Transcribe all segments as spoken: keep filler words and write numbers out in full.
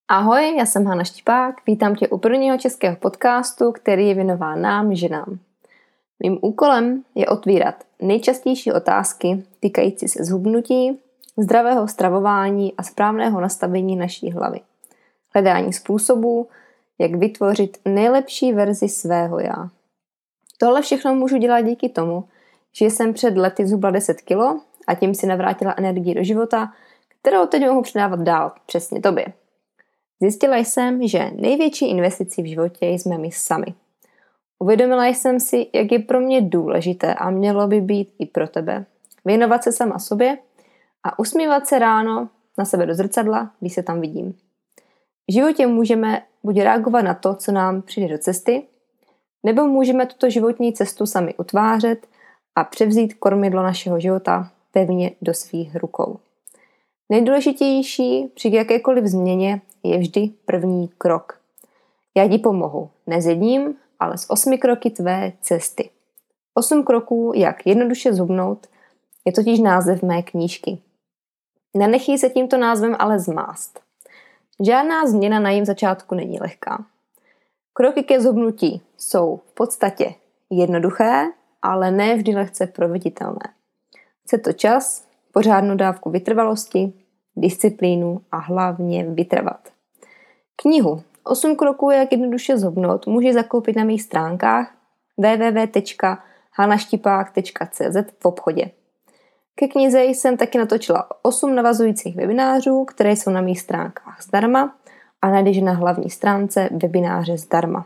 Ahoj, já jsem Hana Štipák, vítám tě u prvního českého podcastu, který je věnován nám, ženám. Mým úkolem je otvírat nejčastější otázky týkající se zhubnutí, zdravého stravování a správného nastavení naší hlavy. Hledání způsobů, jak vytvořit nejlepší verzi svého já. Tohle všechno můžu dělat díky tomu, že jsem před lety zhubla deset kilo a tím si navrátila energii do života, kterou teď mohu předávat dál, přesně tobě. Zjistila jsem, že největší investicí v životě jsme my sami. Uvědomila jsem si, jak je pro mě důležité a mělo by být i pro tebe věnovat se sama sobě a usmívat se ráno na sebe do zrcadla, když se tam vidím. V životě můžeme buď reagovat na to, co nám přijde do cesty, nebo můžeme tuto životní cestu sami utvářet a převzít kormidlo našeho života pevně do svých rukou. Nejdůležitější při jakékoliv změně je vždy první krok. Já ti pomohu, ne s jedním, ale s osmi kroky tvé cesty. Osm kroků, jak jednoduše zhubnout, je totiž název mé knížky. Nenechej se tímto názvem ale zmást. Žádná změna na jejím začátku není lehká. Kroky ke zhubnutí jsou v podstatě jednoduché, ale ne vždy lehce proveditelné. Chce to čas, pořádnou dávku vytrvalosti, disciplínu a hlavně vytrvat. Knihu osm kroků, jak jednoduše zhubnout, můžeš zakoupit na mých stránkách w w w tečka hanaštipák tečka c z v obchodě. Ke knize jsem taky natočila osm navazujících webinářů, které jsou na mých stránkách zdarma a najdeš na hlavní stránce webináře zdarma.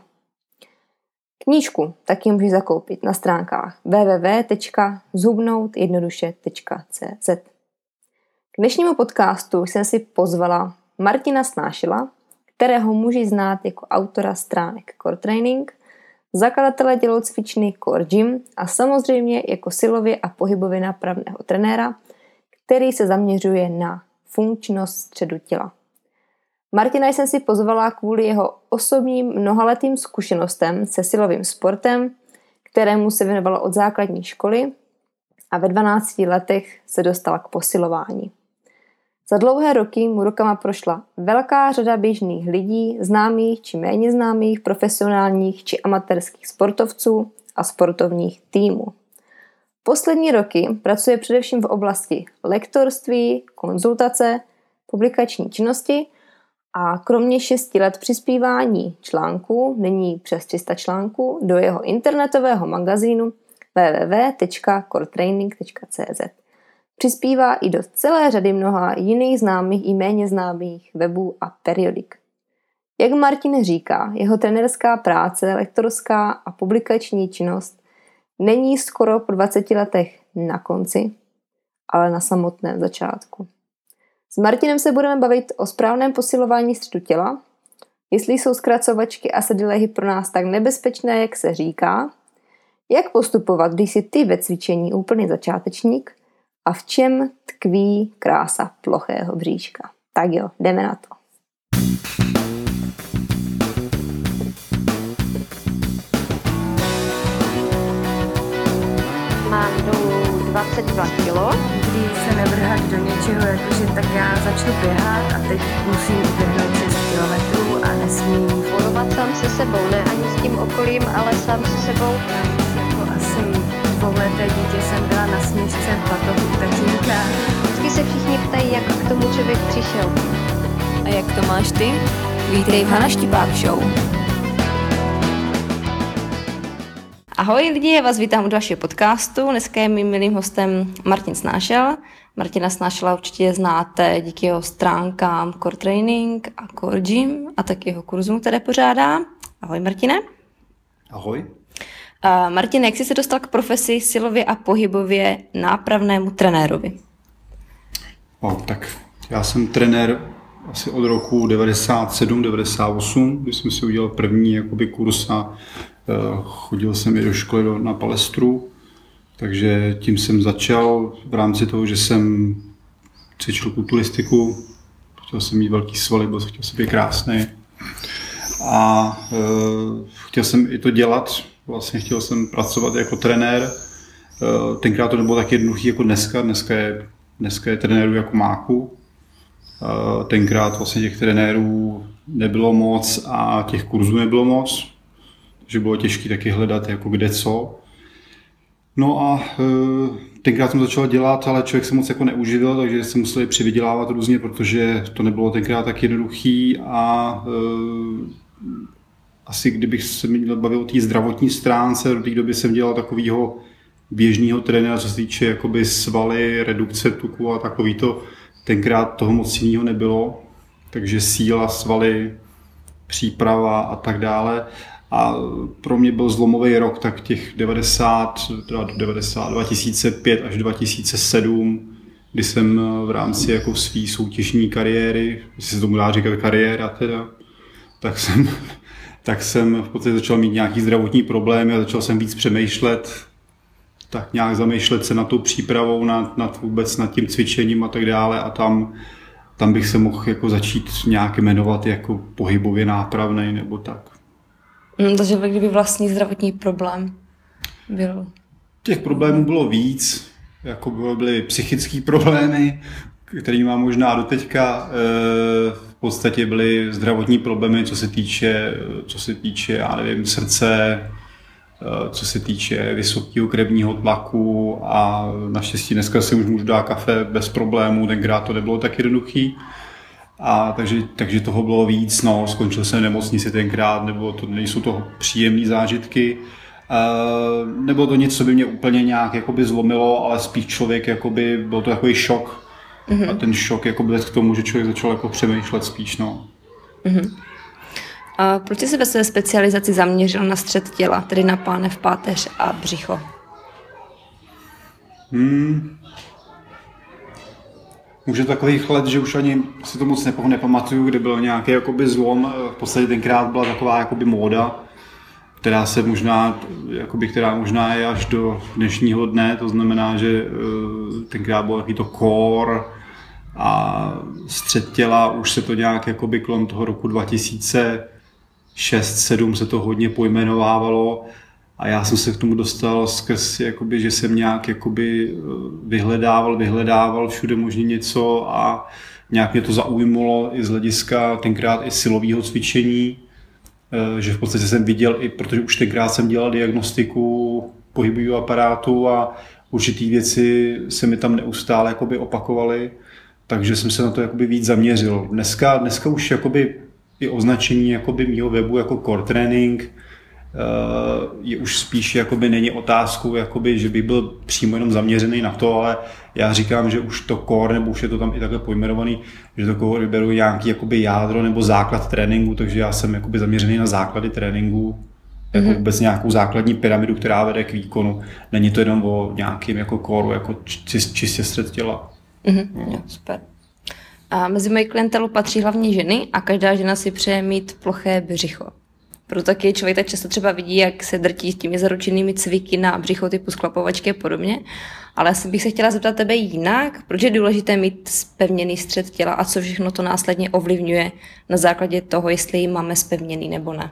Knížku taky můžeš zakoupit na stránkách w w w tečka zhubnout jednoduše tečka c z. K dnešnímu podcastu jsem si pozvala Martina Snášela, kterého můžeš znát jako autora stránek Core Training, zakladatele tělocvičny Core Gym a samozřejmě jako silově a pohybově nápravného trenéra, který se zaměřuje na funkčnost středu těla. Martina jsem si pozvala kvůli jeho osobním mnohaletým zkušenostem se silovým sportem, kterému se věnovala od základní školy a ve dvanácti letech se dostala k posilování. Za dlouhé roky mu rukama prošla velká řada běžných lidí, známých či méně známých, profesionálních či amatérských sportovců a sportovních týmů. Poslední roky pracuje především v oblasti lektorství, konzultace, publikační činnosti a kromě šesti let přispívání článků, nyní přes tři sta článků, do jeho internetového magazínu w w w tečka core training tečka c z. Přispívá i do celé řady mnoha jiných známých i méně známých webů a periodik. Jak Martin říká, jeho trenérská práce, lektorská a publikační činnost není skoro po dvaceti letech na konci, ale na samotném začátku. S Martinem se budeme bavit o správném posilování středu těla, jestli jsou zkracovačky a sedilehy pro nás tak nebezpečné, jak se říká, jak postupovat, když jsi ty ve cvičení úplný začátečník, a v čem tkví krása plochého bříška. Tak jo, jdeme na to. Mám dolů dvacet dva kilo. Když se nevrhat do něčeho, jakože tak já začnu běhat a teď musím uběhnout šest kilometrů a nesmím Bojovat sám se sebou, ne ani s tím okolím, ale sám se sebou. Jako asi dvouleté dítě jsem byla na směšce v batohu tatínka. Vždycky se všichni ptají, jak k tomu člověk přišel. A jak to máš ty? Vítej v Hana Štipák Show. Ahoj lidi, já vás vítám u dalšího podcastu. Dneska je mým milým hostem Martin Snášel. Martina Snášela určitě znáte díky jeho stránkám Core Training a Core Gym a taky jeho kurzům, které pořádá. Ahoj Martine. Ahoj. Uh, Martine, jak jsi se dostal k profesi silově a pohybově nápravnému trenérovi? O, tak já jsem trenér asi od roku devadesát sedm devadesát osm, kdy jsem si udělal první jakoby kurz a uh, chodil jsem i do školy do, na palestru, takže tím jsem začal v rámci toho, že jsem cvičil kulturistiku, chtěl jsem mít velký svaly, byl chtěl jsem být krásný a uh, chtěl jsem i to dělat. Vlastně chtěl jsem pracovat jako trenér. Tenkrát to nebylo tak jednoduchý jako dneska. Dneska je, dneska je trenérů jako máku. Tenkrát vlastně těch trenérů nebylo moc a těch kurzů nebylo moc, takže bylo těžké taky hledat jako kde co. No a tenkrát jsem začal dělat, ale člověk se moc jako neuživil, takže jsem musel přivydělávat různě, protože to nebylo tenkrát tak jednoduchý a asi kdybych se měl bavil o té zdravotní stránce, do té doby jsem dělal takového běžného trenéra, co se týče jakoby svaly, redukce tuku a takový to. Tenkrát toho moc jiného nebylo, takže síla, svaly, příprava a tak dále. A pro mě byl zlomový rok, tak těch devadesát, devadesát, dva tisíce pět až dva tisíce sedm, kdy jsem v rámci jako své soutěžní kariéry, jestli se tomu dá říkat kariéra teda, tak jsem, tak jsem v podstatě začal mít nějaký zdravotní problémy a začal jsem víc přemýšlet, tak nějak zamýšlet se nad tou přípravou, nad, nad vůbec nad tím cvičením a tak dále a tam, tam bych se mohl jako začít nějak jmenovat jako pohybově nápravnej nebo tak. Hmm, takže kdyby vlastní zdravotní problém byl? Těch problémů bylo víc, jako byly psychické problémy, které mám možná doteďka. V podstatě byly zdravotní problémy, co se týče, co se týče, já nevím, srdce, co se týče vysokého krevního tlaku a naštěstí dneska si už můžu dát kafe bez problémů, tenkrát to nebylo tak jednoduchý. A takže, takže toho bylo víc, no, skončil jsem v nemocnici tenkrát, nebo to nejsou to příjemné zážitky. Uh, nebo to něco by mě úplně nějak jakoby zlomilo, ale spíš člověk, jakoby, byl to takový šok. Mm-hmm. A ten šok jakoby vedl k tomu, že člověk začal jako přemýšlet spíš, no. Mm-hmm. A proč jsi se ve své specializaci zaměřil na střed těla, tedy na pánev, páteř a břicho? Hmm. Už je takových let, že už ani si to moc nepamatuju, kde byl nějaký jakoby zlom. V podstatě tenkrát byla taková jakoby móda, která se možná, jakoby, která možná je až do dnešního dne. To znamená, že tenkrát bylo takový to core a střed těla. Už se to nějak jakoby kolem toho roku dva tisíce šest sedm se to hodně pojmenovávalo. A já jsem se k tomu dostal skrz, jakoby, že jsem nějak jakoby vyhledával, vyhledával všude možně něco a nějak mě to zaujmulo i z hlediska tenkrát i silového cvičení, že v podstatě jsem viděl, i protože už tenkrát jsem dělal diagnostiku pohybového aparátu a určitý věci se mi tam neustále jakoby opakovaly, takže jsem se na to jakoby víc zaměřil. Dneska, dneska už jakoby i označení jakoby mýho webu jako core training je už spíš jakoby není otázkou, jakoby, že bych byl přímo jenom zaměřený na to, ale já říkám, že už to core, nebo už je to tam i takhle pojmenovaný, že to core vyberu nějaký jakoby jádro nebo základ tréninku, takže já jsem jakoby zaměřený na základy tréninku, jako mm-hmm. vůbec nějakou základní pyramidu, která vede k výkonu. Není to jenom o nějakým jako coreu, jako čist, čistě střed těla. Mm-hmm. No. Jo, super. A mezi mojí klientelu patří hlavně ženy a každá žena si přeje mít ploché břicho. Proto taky člověk tak často třeba vidí, jak se drtí s těmi zaručenými cviky na břicho typu sklapovačky a podobně. Ale asi bych se chtěla zeptat tebe jinak, proč je důležité mít zpevněný střed těla a co všechno to následně ovlivňuje na základě toho, jestli ji máme zpevněný nebo ne?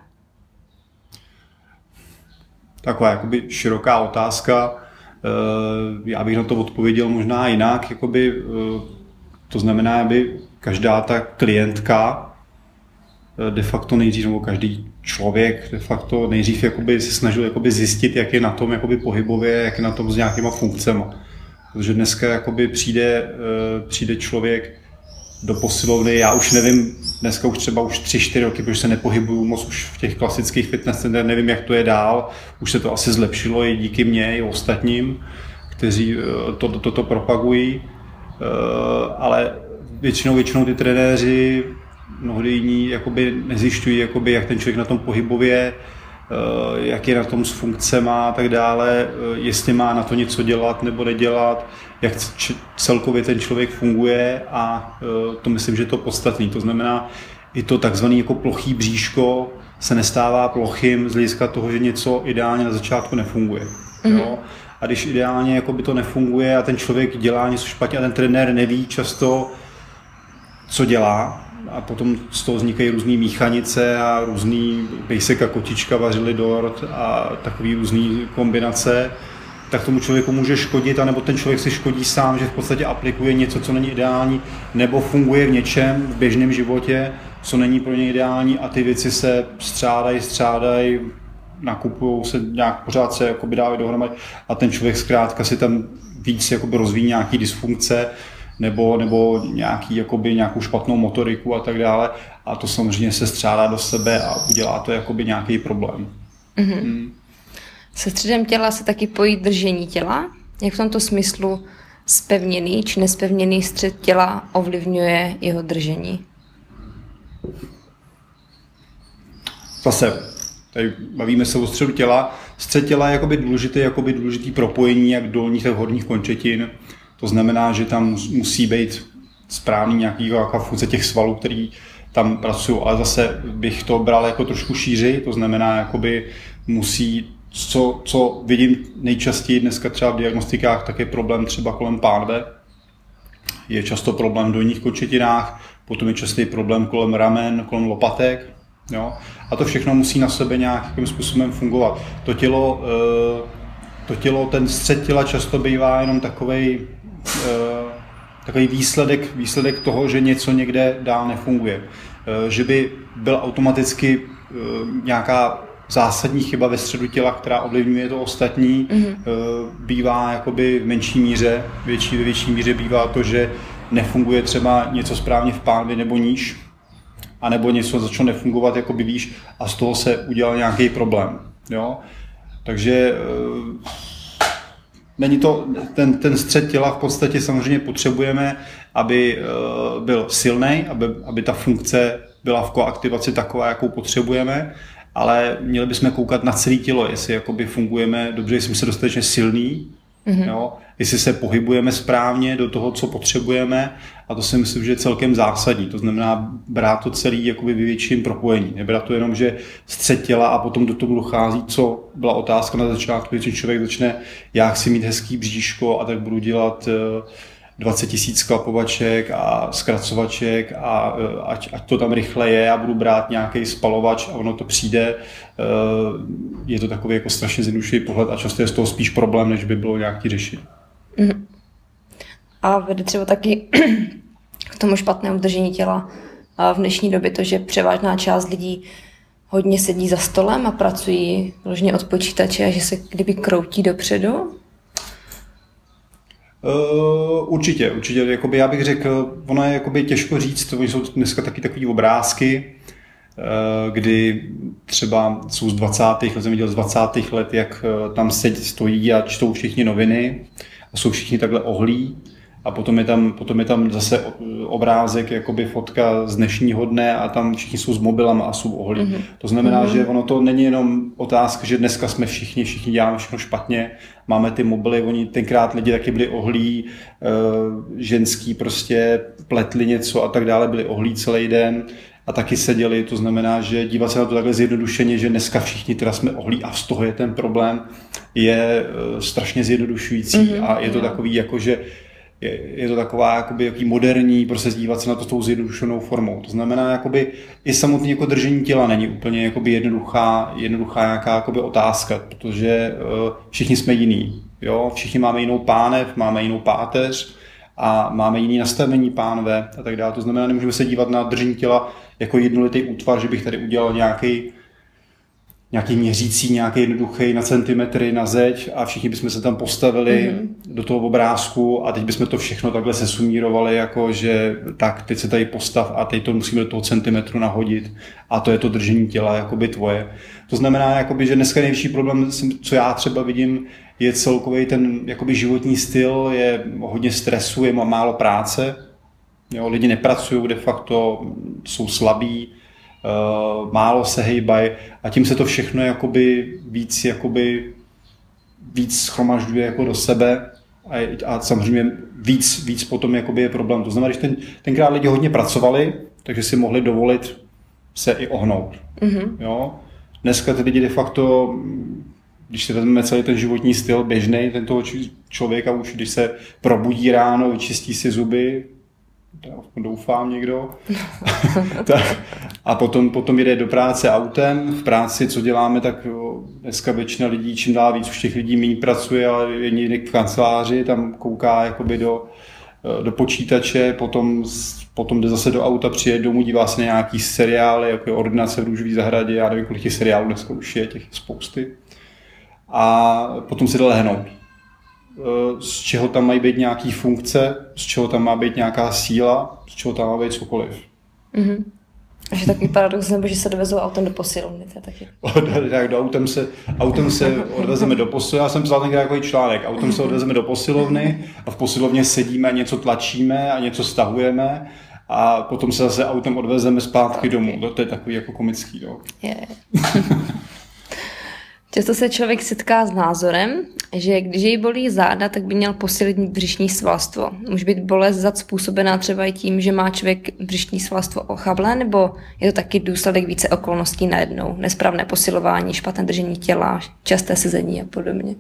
Taková jakoby široká otázka. Já bych na to odpověděl možná jinak. Jakoby, to znamená, aby každá ta klientka de facto nejdřív, nebo každý člověk de facto nejdřív jakoby se snažil jakoby zjistit, jak je na tom jakoby pohybově, jak je na tom s nějakýma funkcema. Protože dneska jakoby přijde, přijde člověk do posilovny, já už nevím, dneska už třeba už tři čtyři roky, protože se nepohybuju moc už v těch klasických fitness centrech, nevím, jak to je dál, už se to asi zlepšilo i díky mně, i ostatním, kteří to, to, to propagují, ale většinou, většinou ty trenéři mnohdy jiní jakoby nezjišťují, jakoby, jak ten člověk na tom pohybově, jak je na tom s funkcema a tak dále, jestli má na to něco dělat nebo nedělat, jak celkově ten člověk funguje a to myslím, že je to podstatné. To znamená, i to takzvané jako plochý bříško se nestává plochým z hlediska toho, že něco ideálně na začátku nefunguje. Mm-hmm. Jo? A když ideálně jakoby to nefunguje a ten člověk dělá něco špatně a ten trenér neví často, co dělá, a potom z toho vznikají různý míchanice a různý pejsek a kotička, vařili dort a takový různý kombinace, tak tomu člověku může škodit, anebo ten člověk si škodí sám, že v podstatě aplikuje něco, co není ideální, nebo funguje v něčem v běžném životě, co není pro něj ideální a ty věci se střádají, střádají, nakupujou se nějak, pořád se jakoby dávají dohromady a ten člověk zkrátka si tam víc jakoby rozvíjí nějaký dysfunkce nebo, nebo nějaký, jakoby, nějakou špatnou motoriku a tak dále a to samozřejmě se střádá do sebe a udělá to jakoby nějaký problém. Mm-hmm. Hmm. Se středem těla se taky pojí držení těla. Jak v tomto smyslu spevněný či nespevněný střed těla ovlivňuje jeho držení? Zase, tady bavíme se o středu těla. Střed těla je jakoby důležitý, jakoby důležitý propojení jak dolních, tak horních končetin. To znamená, že tam musí být správný nějaký nějaká funkce těch svalů, který tam pracují, ale zase bych to bral jako trošku šíři, to znamená, jakoby musí, co, co vidím nejčastěji dneska třeba v diagnostikách, tak je problém třeba kolem pánve, je často problém v dolních končetinách, potom je častý problém kolem ramen, kolem lopatek, jo? A to všechno musí na sebe nějakým způsobem fungovat. To tělo, to tělo, ten střed těla často bývá jenom takovej, takový výsledek, výsledek toho, že něco někde dál nefunguje. Že by byl automaticky nějaká zásadní chyba ve středu těla, která ovlivňuje to ostatní, mm-hmm. bývá jakoby v menší míře, větší, ve větší míře bývá to, že nefunguje třeba něco správně v pánvi nebo níž, anebo něco začalo nefungovat jakoby výš a z toho se udělal nějaký problém. Jo? Takže není to, ten, ten střed těla v podstatě samozřejmě potřebujeme, aby byl silný, aby, aby ta funkce byla v koaktivaci taková, jakou potřebujeme, ale měli bychom koukat na celé tělo, jestli jakoby fungujeme dobře, jestli jsme dostatečně silní, mm-hmm. jo? Jestli se pohybujeme správně do toho, co potřebujeme a to si myslím, že je celkem zásadní. To znamená brát to celý jakoby ve větším propojení. Nebrat to jenom, že střed těla a potom do toho dochází, co byla otázka na začátku, když člověk začne, já chci mít hezký bříško a tak budu dělat dvacet tisíc klapovaček a zkracovaček a ať, ať to tam rychle je, já budu brát nějaký spalovač a ono to přijde. Je to takový jako strašně zjednodušený pohled a často je z toho spíš problém, než by bylo nějaký řešit. A vede třeba taky k tomu špatnému držení těla v dnešní době to, že převážná část lidí hodně sedí za stolem a pracují vložně od počítače a že se kdyby kroutí dopředu. Uh, určitě, určitě. Jakoby já bych řekl, ono je jakoby těžko říct, to jsou dneska taky takový obrázky, uh, kdy třeba jsou z dvacátých let, jsem viděl z dvacátých let, jak tam sedí, stojí a čtou všichni noviny a jsou všichni takhle ohlí. A potom je tam, potom je tam zase obrázek, jakoby fotka z dnešního dne a tam všichni jsou s mobilama a jsou ohlí. Mm-hmm. To znamená, mm-hmm. že ono to není jenom otázka, že dneska jsme všichni, všichni děláme všechno špatně, máme ty mobily, oni tenkrát lidi taky byli ohlí, ženský prostě pletli něco a tak dále, byli ohlí celý den a taky seděli. To znamená, že dívat se na to takhle zjednodušeně, že dneska všichni teda jsme ohlí a z toho je ten problém, je strašně zjednodušující mm-hmm. a je to takový jako, že Je, je to taková jakoby, jaký moderní, prostě dívat se na to tou zjednodušenou formou. To znamená, jakoby, i samotné jako držení těla není úplně jakoby, jednoduchá, jednoduchá nějaká jakoby, otázka, protože uh, všichni jsme jiný. Jo? Všichni máme jinou pánev, máme jinou páteř a máme jiný nastavení pánve a tak dále. To znamená, nemůžeme se dívat na držení těla jako jednolitý útvar, že bych tady udělal nějaký nějaký měřící, nějaký jednoduchý na centimetry, na zeď a všichni bychom se tam postavili mm-hmm. do toho obrázku a teď bychom to všechno takhle sesumírovali, jako že tak, teď se tady postav a teď to musíme do toho centimetru nahodit a to je to držení těla jakoby tvoje. To znamená, jakoby, že dneska největší problém, co já třeba vidím, je celkový ten jakoby životní styl, je hodně stresu, je málo práce, jo, lidi nepracují de facto, jsou slabí, Uh, málo se hejbají a tím se to všechno jakoby víc, jakoby víc shromažďuje jako do sebe a, a samozřejmě víc, víc potom jakoby je problém. To znamená, že ten, tenkrát lidi hodně pracovali, takže si mohli dovolit se i ohnout. Mm-hmm. Jo? Dneska ty lidi de facto, když si vezmeme celý ten životní styl běžný, ten toho člověka už, když se probudí ráno, vyčistí si zuby, doufám někdo. A potom, potom jde do práce autem. V práci, co děláme, tak dneska většina lidí, čím dál víc už těch lidí méně pracuje, ale je někde v kanceláři, tam kouká jakoby do, do počítače, potom, potom jde zase do auta, přijede domů, dívá se na nějaký seriály, jako je Ordinace v růžové zahradě, já nevím, kolik těch seriálů dneska už je, těch je spousty. A potom si jde lehnout. Z čeho tam mají být nějaký funkce, z čeho tam má být nějaká síla, z čeho tam má být cokoliv. Mm-hmm. Až je takový paradox, nebo že se dovezou autem do posilovny. To je taky... tak do autem se, autem se odvezeme do posilovny. Já jsem psal ten takový článek. Autem se odvezeme do posilovny a v posilovně sedíme, něco tlačíme a něco stahujeme a potom se zase autem odvezeme zpátky domů. To, to je takový jako komický. No. Yeah. Často se člověk setká s názorem, že když jej bolí záda, tak by měl posílit břišní svalstvo. Může být bolest zad způsobená třeba i tím, že má člověk břišní svalstvo ochablé, nebo je to taky důsledek více okolností najednou? Nesprávné posilování, špatné držení těla, časté sezení a podobně.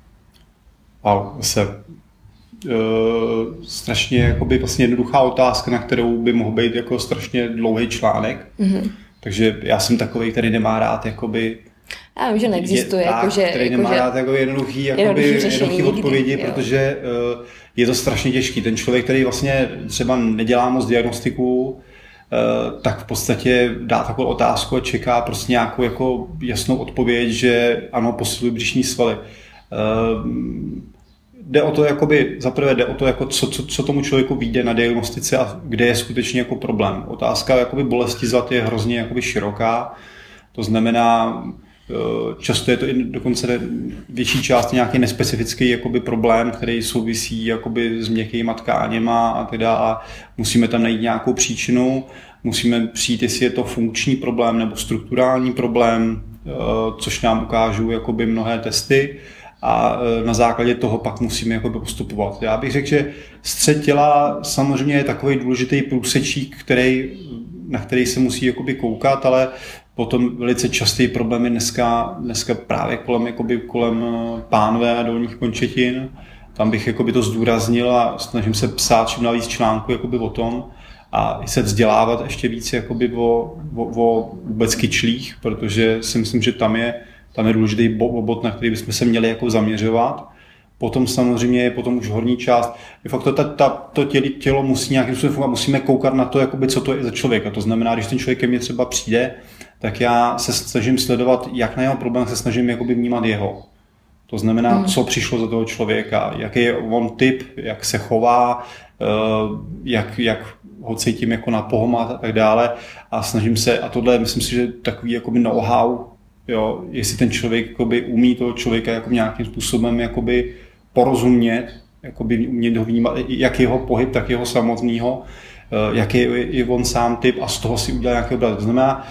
A se uh, strašně jakoby vlastně jednoduchá otázka, na kterou by mohl být jako strašně dlouhý článek. Mm-hmm. Takže já jsem takovej, který nemá rád jakoby já vím, že neexistuje. Je, jako, tak, že, který jako, nemá že, rád jako jednoduchý, jakoby, jednoduchý odpovědi, nikdy, protože uh, je to strašně těžký. Ten člověk, který vlastně třeba nedělá moc diagnostiku, uh, tak v podstatě dá takovou otázku a čeká prostě nějakou jako jasnou odpověď, že ano, posilují břišní svaly. Uh, jde o to, jakoby, zaprvé jde o to, jako co, co, co tomu člověku vyjde na diagnostice a kde je skutečně jako problém. Otázka jakoby bolesti zad je hrozně jakoby široká. To znamená, často je to i dokonce větší část nějaký nespecifický jakoby problém, který souvisí jakoby s měkkýma tkáněma a teda a musíme tam najít nějakou příčinu, musíme přijít, jestli je to funkční problém nebo strukturální problém, což nám ukážou jakoby mnohé testy a na základě toho pak musíme jakoby postupovat. Já bych řekl, že střed těla samozřejmě je takový důležitý průsečík, který, na který se musí jakoby koukat, ale potom velice častý problém je dneska, dneska právě kolem, jakoby, kolem pánve a dolních končetin. Tam bych jakoby, to zdůraznil a snažím se psát čím dál víc článku jakoby, o tom a se vzdělávat ještě víc jakoby, o, o, o vůbec kyčlích, protože si myslím, že tam je, tam je důležitý bod, na který bychom se měli jako zaměřovat. Potom samozřejmě je potom už horní část. Je fakt to, ta, ta, to tělo, tělo musí nějakým způsobem fungovat, musíme koukat na to, jakoby, co to je za člověka. To znamená, když ten člověk ke mně třeba přijde, tak já se snažím sledovat, jak na jeho problém se snažím jakoby vnímat jeho. To znamená, hmm. co přišlo za toho člověka, jaký je on typ, jak se chová, jak, jak ho cítím jako na pohomat a tak dále. A snažím se, a tohle myslím si, že takový jakoby know-how, jo, jestli ten člověk jakoby umí toho člověka jako nějakým způsobem jakoby porozumět, jakoby umět ho vnímat, jak jeho pohyb, tak jeho samotného, jaký je on sám typ a z toho si udělá nějaký obraz. To znamená,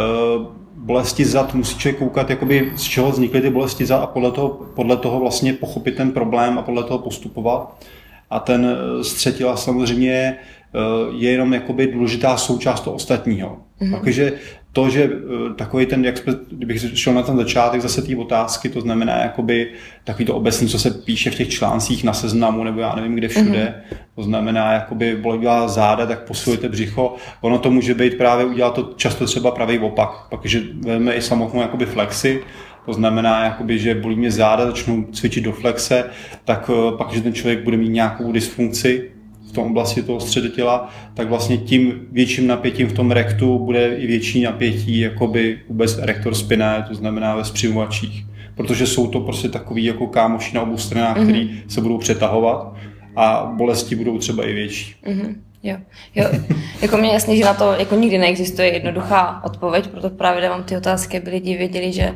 bolesti zad musí člověk koukat, jakoby, z čeho vznikly ty bolesti zad a podle toho, podle toho vlastně pochopit ten problém a podle toho postupovat. A ten střed těla samozřejmě je jenom jakoby důležitá součást toho ostatního. Mm-hmm. Takže to, že takový ten, jak kdybych šel na ten začátek zase té otázky, to znamená jakoby takový to obecný, co se píše v těch článcích na Seznamu, nebo já nevím kde všude, mm-hmm. to znamená jakoby bolivá záda, tak posilujte břicho. Ono to může být právě udělat to často třeba pravý opak, pak, že vezme i samotnou jakoby flexi, to znamená, jakoby, že bolí mě záda, začnou cvičit do flexe, tak pak, že ten člověk bude mít nějakou dysfunkci v tom oblasti toho středu těla, tak vlastně tím větším napětím v tom rektu bude i větší napětí jakoby vůbec erektor spinae, to znamená ve zpřivovačích. Protože jsou to prostě takový jako kámoši na obou stranách, mm-hmm. který se budou přetahovat a bolesti budou třeba i větší. Mm-hmm. Jo, jo. Jako mě jasně, že na to jako nikdy neexistuje jednoduchá odpověď, proto právě dávám ty otázky, aby lidi věděli, že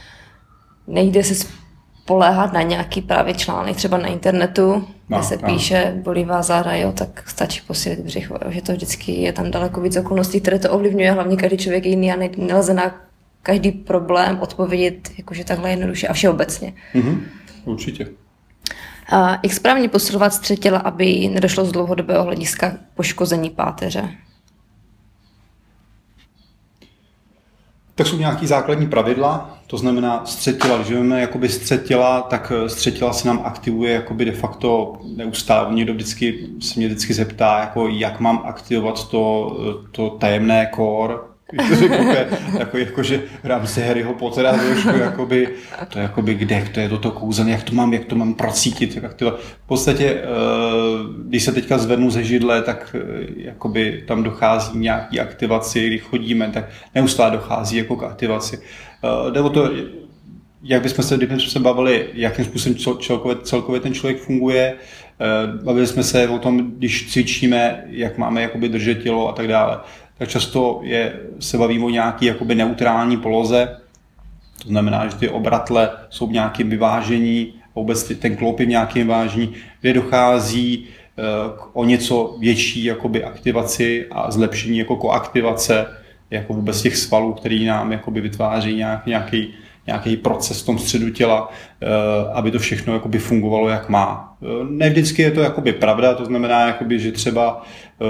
nejde se spoléhat na nějaký právě článek, třeba na internetu, no, kde se no. píše bolivá záda, jo, tak stačí posílit břicho, že to vždycky je tam daleko víc okolností, které to ovlivňuje, hlavně každý člověk je jiný a nelze na každý problém odpovědět jakože takhle jednoduše a všeobecně. Mm-hmm, určitě. A jak správně posilovat střed těla, aby nedošlo z dlouhodobého hlediska k poškození páteře? Tak jsou nějaký základní pravidla, to znamená střed těla, když vezmeme jakoby střed těla, tak střed těla se nám aktivuje jakoby de facto neustále. Někdo vždycky se mě vždycky zeptá, jako jak mám aktivovat to, to tajemné core, Když to řeknu, jako, jako, že v rámci Harryho Pottera, trošku, jakoby, to je jakoby kde, to je toto kouzelné, jak to mám, jak to mám procítit. Jak to, v podstatě, když se teďka zvednu ze židle, tak jakoby tam dochází nějaký aktivaci, když chodíme, tak neustále dochází jako k aktivaci. Jde o to, jak bychom se, kdybychom se bavili, jakým způsobem celkově, celkově ten člověk funguje, bavili jsme se o tom, když cvičíme, jak máme jakoby držet tělo a tak dále, tak často je, se bavíme o nějaký jakoby neutrální poloze, to znamená, že ty obratle jsou v nějakém vyvážení, vůbec ten kloub je v nějakém vyvážení, kde dochází k o něco větší jakoby aktivaci a zlepšení jako koaktivace jako vůbec těch svalů, který nám jakoby vytváří nějak, nějaký nějaký proces v tom středu těla, aby to všechno jakoby fungovalo, jak má. Ne vždycky je to jakoby pravda, to znamená, jakoby, že třeba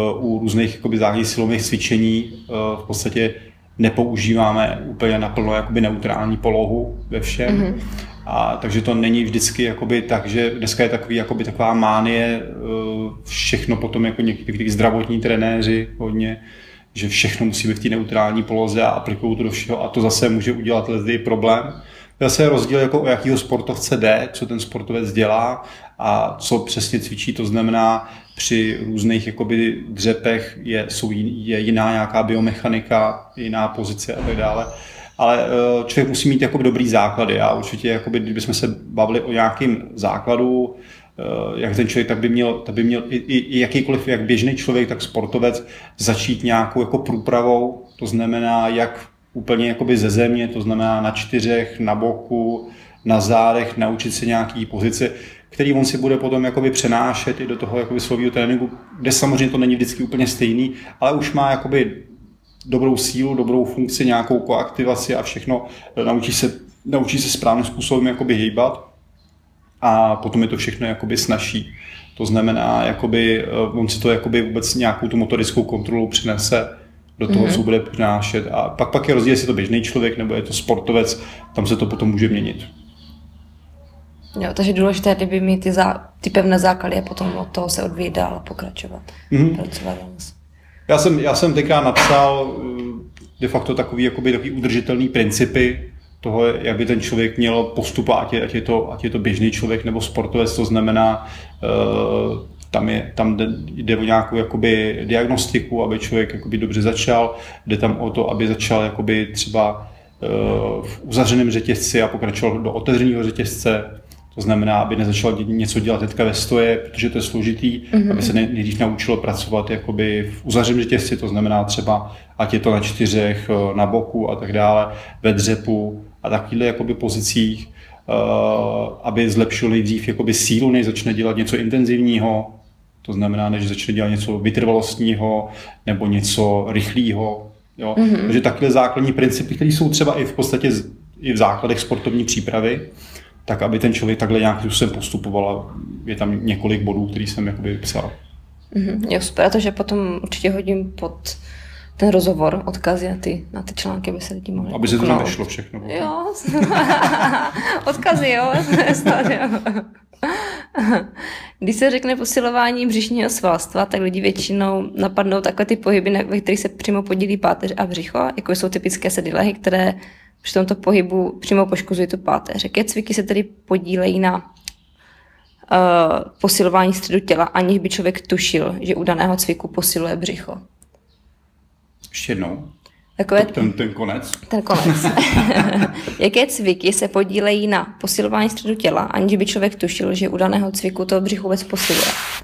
u různých jakoby základních silových cvičení v podstatě nepoužíváme úplně naplno jakoby neutrální polohu ve všem. Mm-hmm. A, takže to není vždycky jakoby tak, že dneska je takový, jakoby taková mánie, všechno potom jako někteří zdravotní trenéři hodně, že všechno musí být v té neutrální poloze a aplikují to do všeho a to zase může udělat lidi problém. Zase je rozdíl, jako o jakýho sportovce jde, co ten sportovec dělá a co přesně cvičí. To znamená, při různých jakoby dřepech je, jsou je jiná nějaká biomechanika, jiná pozice a tak dále. Ale člověk musí mít jakoby dobrý základy a určitě, jakoby, kdybychom se bavili o nějakém základu, jak ten člověk, tak by měl, tak by měl i, i jakýkoliv, jak běžný člověk, tak sportovec začít nějakou jako průpravou, to znamená jak úplně jakoby ze země, to znamená na čtyřech, na boku, na zádech, naučit se nějaký pozice, který on si bude potom jakoby přenášet i do toho jakoby svého tréninku, kde samozřejmě to není vždycky úplně stejný, ale už má jakoby dobrou sílu, dobrou funkci, nějakou koaktivaci a všechno, naučí se, naučí se správným způsobem jakoby hýbat. A potom je to všechno jakoby snažší. To znamená, jakoby, on si to jakoby vůbec nějakou tu motorickou kontrolu přinese do toho, mm-hmm. co bude přinášet. A pak, pak je rozdíl, jestli je to běžný člověk nebo je to sportovec, tam se to potom může měnit. Jo, takže důležité, kdyby mít ty, zá, ty pevné základy a potom od toho se odvíjet dál a pokračovat. Mm-hmm. Pracovat. Já jsem, já jsem tenkrát napsal de facto takový, jakoby, takový udržitelný principy toho, jak by ten člověk měl postupovat, ať je, ať je, to, ať je to běžný člověk nebo sportovec, to znamená, uh, tam, je, tam jde o nějakou jakoby, diagnostiku, aby člověk jakoby, dobře začal, jde tam o to, aby začal jakoby, třeba uh, v uzavřeném řetězci a pokračoval do otevřeného řetězce, to znamená, aby nezačal něco dělat teďka ve stoje, protože to je složitý, mm-hmm. aby se nejdřív naučilo pracovat jakoby v uzavřeném řetězci, to znamená třeba, ať je to na čtyřech, na boku a tak dále, ve dřepu a takovýhle jakoby pozicích, uh, aby zlepšil nejdřív jakoby sílu, než začne dělat něco intenzivního, to znamená, než začne dělat něco vytrvalostního nebo něco rychlého. Jo? Mm-hmm. Takže takové základní principy, které jsou třeba i v podstatě i v základech sportovní přípravy, tak aby ten člověk takhle nějakým způsobem postupoval. Je tam několik bodů, který jsem jakoby psal. Mm-hmm. Jo, super. A to, že potom určitě hodím pod ten rozhovor odkazy na ty, na ty články, aby se lidi mohli aby se to tam nešlo všechno. Jo, odkazy, jo. Když se řekne posilování břišního svalstva, tak lidi většinou napadnou takové ty pohyby, ve kterých se přímo podílí páteř a břicho, jako jsou typické sedilehy, které při tomto pohybu přímo poškozují tu páteř. Jaké cviky se tedy podílejí na uh, posilování středu těla, aniž by člověk tušil, že u daného cviku posiluje břicho? Ještě jednou. Takové, ten, ten konec. Ten konec. Jaké cviky se podílejí na posilování středu těla, aniž by člověk tušil, že u daného cviku to břicho vůbec posiluje?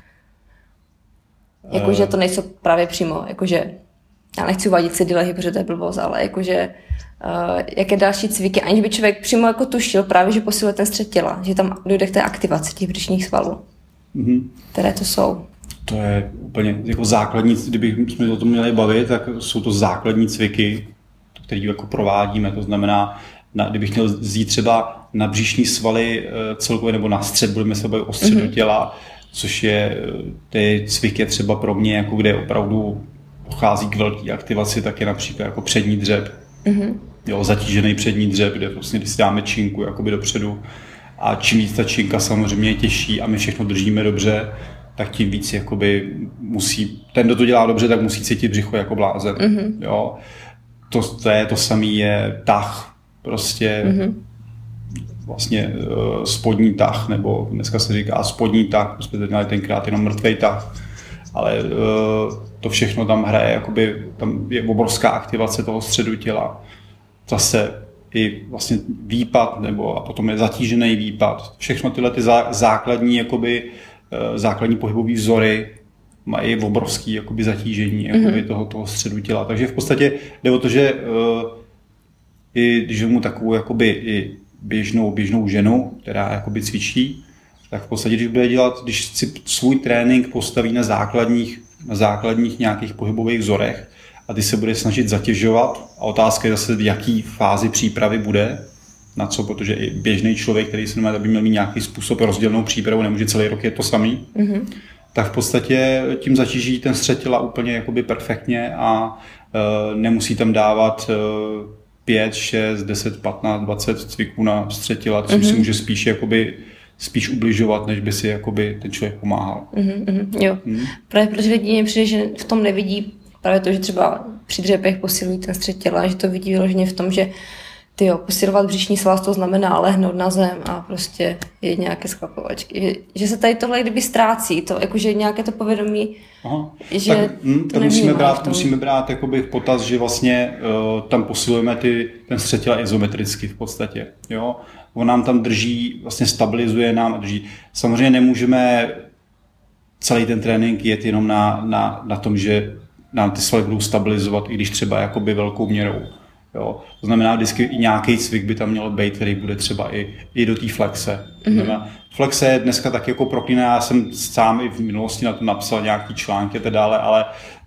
Jakože to nejsou právě přímo, jakože já nechci uvádět sedilehy, protože to je blbost, ale jakože uh, jaké další cviky, aniž by člověk přímo jako tušil právě, že posiluje ten střed těla, že tam dojde k té aktivaci těch břišních svalů, mm-hmm. které to jsou. To je úplně jako základní, kdybychom o tom měli bavit, tak jsou to základní cviky, které jako provádíme, to znamená, na, kdybych měl vzít třeba na břišní svaly celkově nebo na střed, budeme se bavit o středu mm-hmm. těla, což je, ty cviky třeba pro mě, jako kde opravdu dochází k velké aktivaci, tak je například jako přední dřep. Mm-hmm. Jo, zatížený přední dřep, kde vlastně, když si dáme činku jakoby dopředu a čím víc ta činka samozřejmě je těžší a my všechno držíme dobře, tak tím víc jakoby musí, ten, kdo to dělá dobře, tak musí cítit břicho jako blázen. Mm-hmm. Jo. to, to je to samé je tah, prostě mm-hmm. vlastně uh, spodní tah, nebo dneska se říká spodní tah, jsme teď měli tenkrát jenom mrtvej tah, ale uh, to všechno tam hraje, jakoby, tam je obrovská aktivace toho středu těla. Zase i vlastně výpad, nebo a potom je zatížený výpad. Všechno tyhle ty zá, základní, jakoby, uh, základní pohybové vzory mají obrovský jakoby, zatížení jakoby, mm-hmm. toho, toho středu těla. Takže v podstatě jde o to, že uh, i když mu takovou jakoby, i běžnou, běžnou ženu, která jakoby, cvičí, tak v podstatě, když bude dělat, když si svůj trénink postaví na základních, na základních nějakých pohybových vzorech a ty se bude snažit zatěžovat a otázka je zase, v jaký fázi přípravy bude, na co, protože i běžný člověk, který se nemá, aby měl mít nějaký způsob rozdělenou přípravu, nemůže celý rok je to samý, mm-hmm. tak v podstatě tím zatíží ten střed těla úplně jakoby perfektně a uh, nemusí tam dávat uh, pět, šest, deset, patnáct, dvacet cviků na střed těla, což mm-hmm. si může spíš jakoby spíš ubližovat, než by si jakoby ten člověk pomáhal. Mm-hmm, jo. Mm. Právě protože lidi mě přijde, že v tom nevidí právě to, že třeba při dřepech posilují ten střed těla, že to vidí vyloženě v tom, že tyjo, posilovat břišní svaz, to znamená lehnout na zem a prostě jít nějaké sklapovačky. Že, že se tady tohle kdyby ztrácí, to, jakože nějaké to povědomí, Aha. že tak, hm, to tak musíme brát, musíme brát jakoby v potaz, že vlastně uh, tam posilujeme ty, ten střed těla izometricky v podstatě. Jo? On nám tam drží, vlastně stabilizuje nám a drží. Samozřejmě nemůžeme celý ten trénink jet jenom na, na, na tom, že nám ty svaly budou stabilizovat, i když třeba jakoby velkou měrou. Jo. To znamená, vždycky i nějaký cvik by tam měl být, který bude třeba i, i do té flexe. Mm-hmm. Flexe je dneska tak jako proklíná, já jsem sám i v minulosti na to napsal nějaký články a tak dále, ale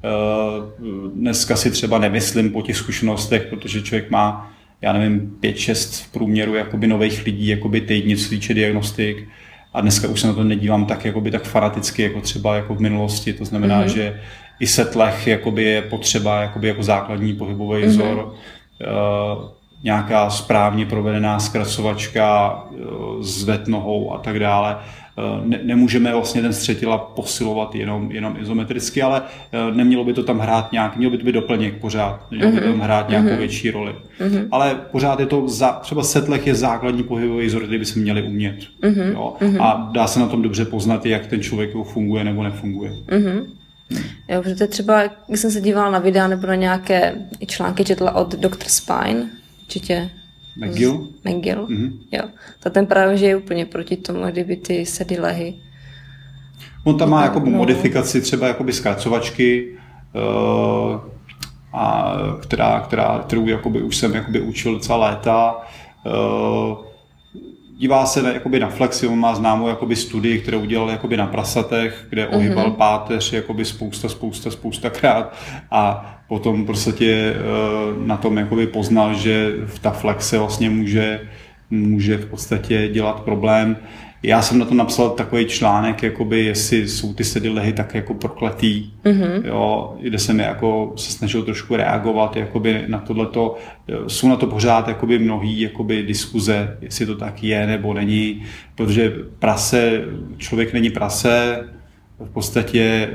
uh, dneska si třeba nemyslím po těch zkušenostech, protože člověk má, já nevím, pět šest v průměru jakoby nových lidí, jakoby týdně cvičí diagnostik a dneska už se na to nedívám tak, jakoby, tak fanaticky, jako třeba jako v minulosti. To znamená, mm-hmm. že i setlech jakoby je potřeba jakoby jako základní pohybový mm-hmm. vzor. Uh, nějaká správně provedená zkracovačka, uh, zved nohou a tak dále. Uh, ne, nemůžeme vlastně ten střed těla posilovat jenom, jenom izometricky, ale uh, nemělo by to tam hrát nějak, mělo by to být doplněk pořád, mělo mm-hmm. by to tam hrát nějakou mm-hmm. větší roli. Mm-hmm. Ale pořád je to, za, třeba setlech je základní pohybový vzor, který by se měli umět. Mm-hmm. Jo? Mm-hmm. A dá se na tom dobře poznat, jak ten člověk funguje nebo nefunguje. Mm-hmm. Jo, protože třeba, když jsem se dívala na videa nebo na nějaké články, četla od doktor Spine, určitě. McGill? McGill, mm-hmm. jo. To ten právě, že je úplně proti tomu, kdyby ty sedy lehy. On tam má jako no. modifikaci třeba jakoby zkracovačky, uh, a která, která, kterou jakoby už jsem jakoby učil docela léta. Uh, Dívá se na, jakoby na flexi, on má známou jakoby studii, kterou udělal jakoby na prasatech, kde ohýbal mm-hmm. páteř jakoby spousta, spousta, spousta krát a potom prostě na tom jakoby poznal, že ta flexe vlastně může, může v podstatě dělat problém. Já jsem na to napsal takový článek, jakoby, jestli jsou ty sedy lehy tak jako prokletý, mm-hmm. jo, kde jsem jako se snažil trošku reagovat jakoby na tohleto. Jsou na to pořád jakoby mnohý jakoby diskuze, jestli to tak je nebo není, protože prase, člověk není prase, v podstatě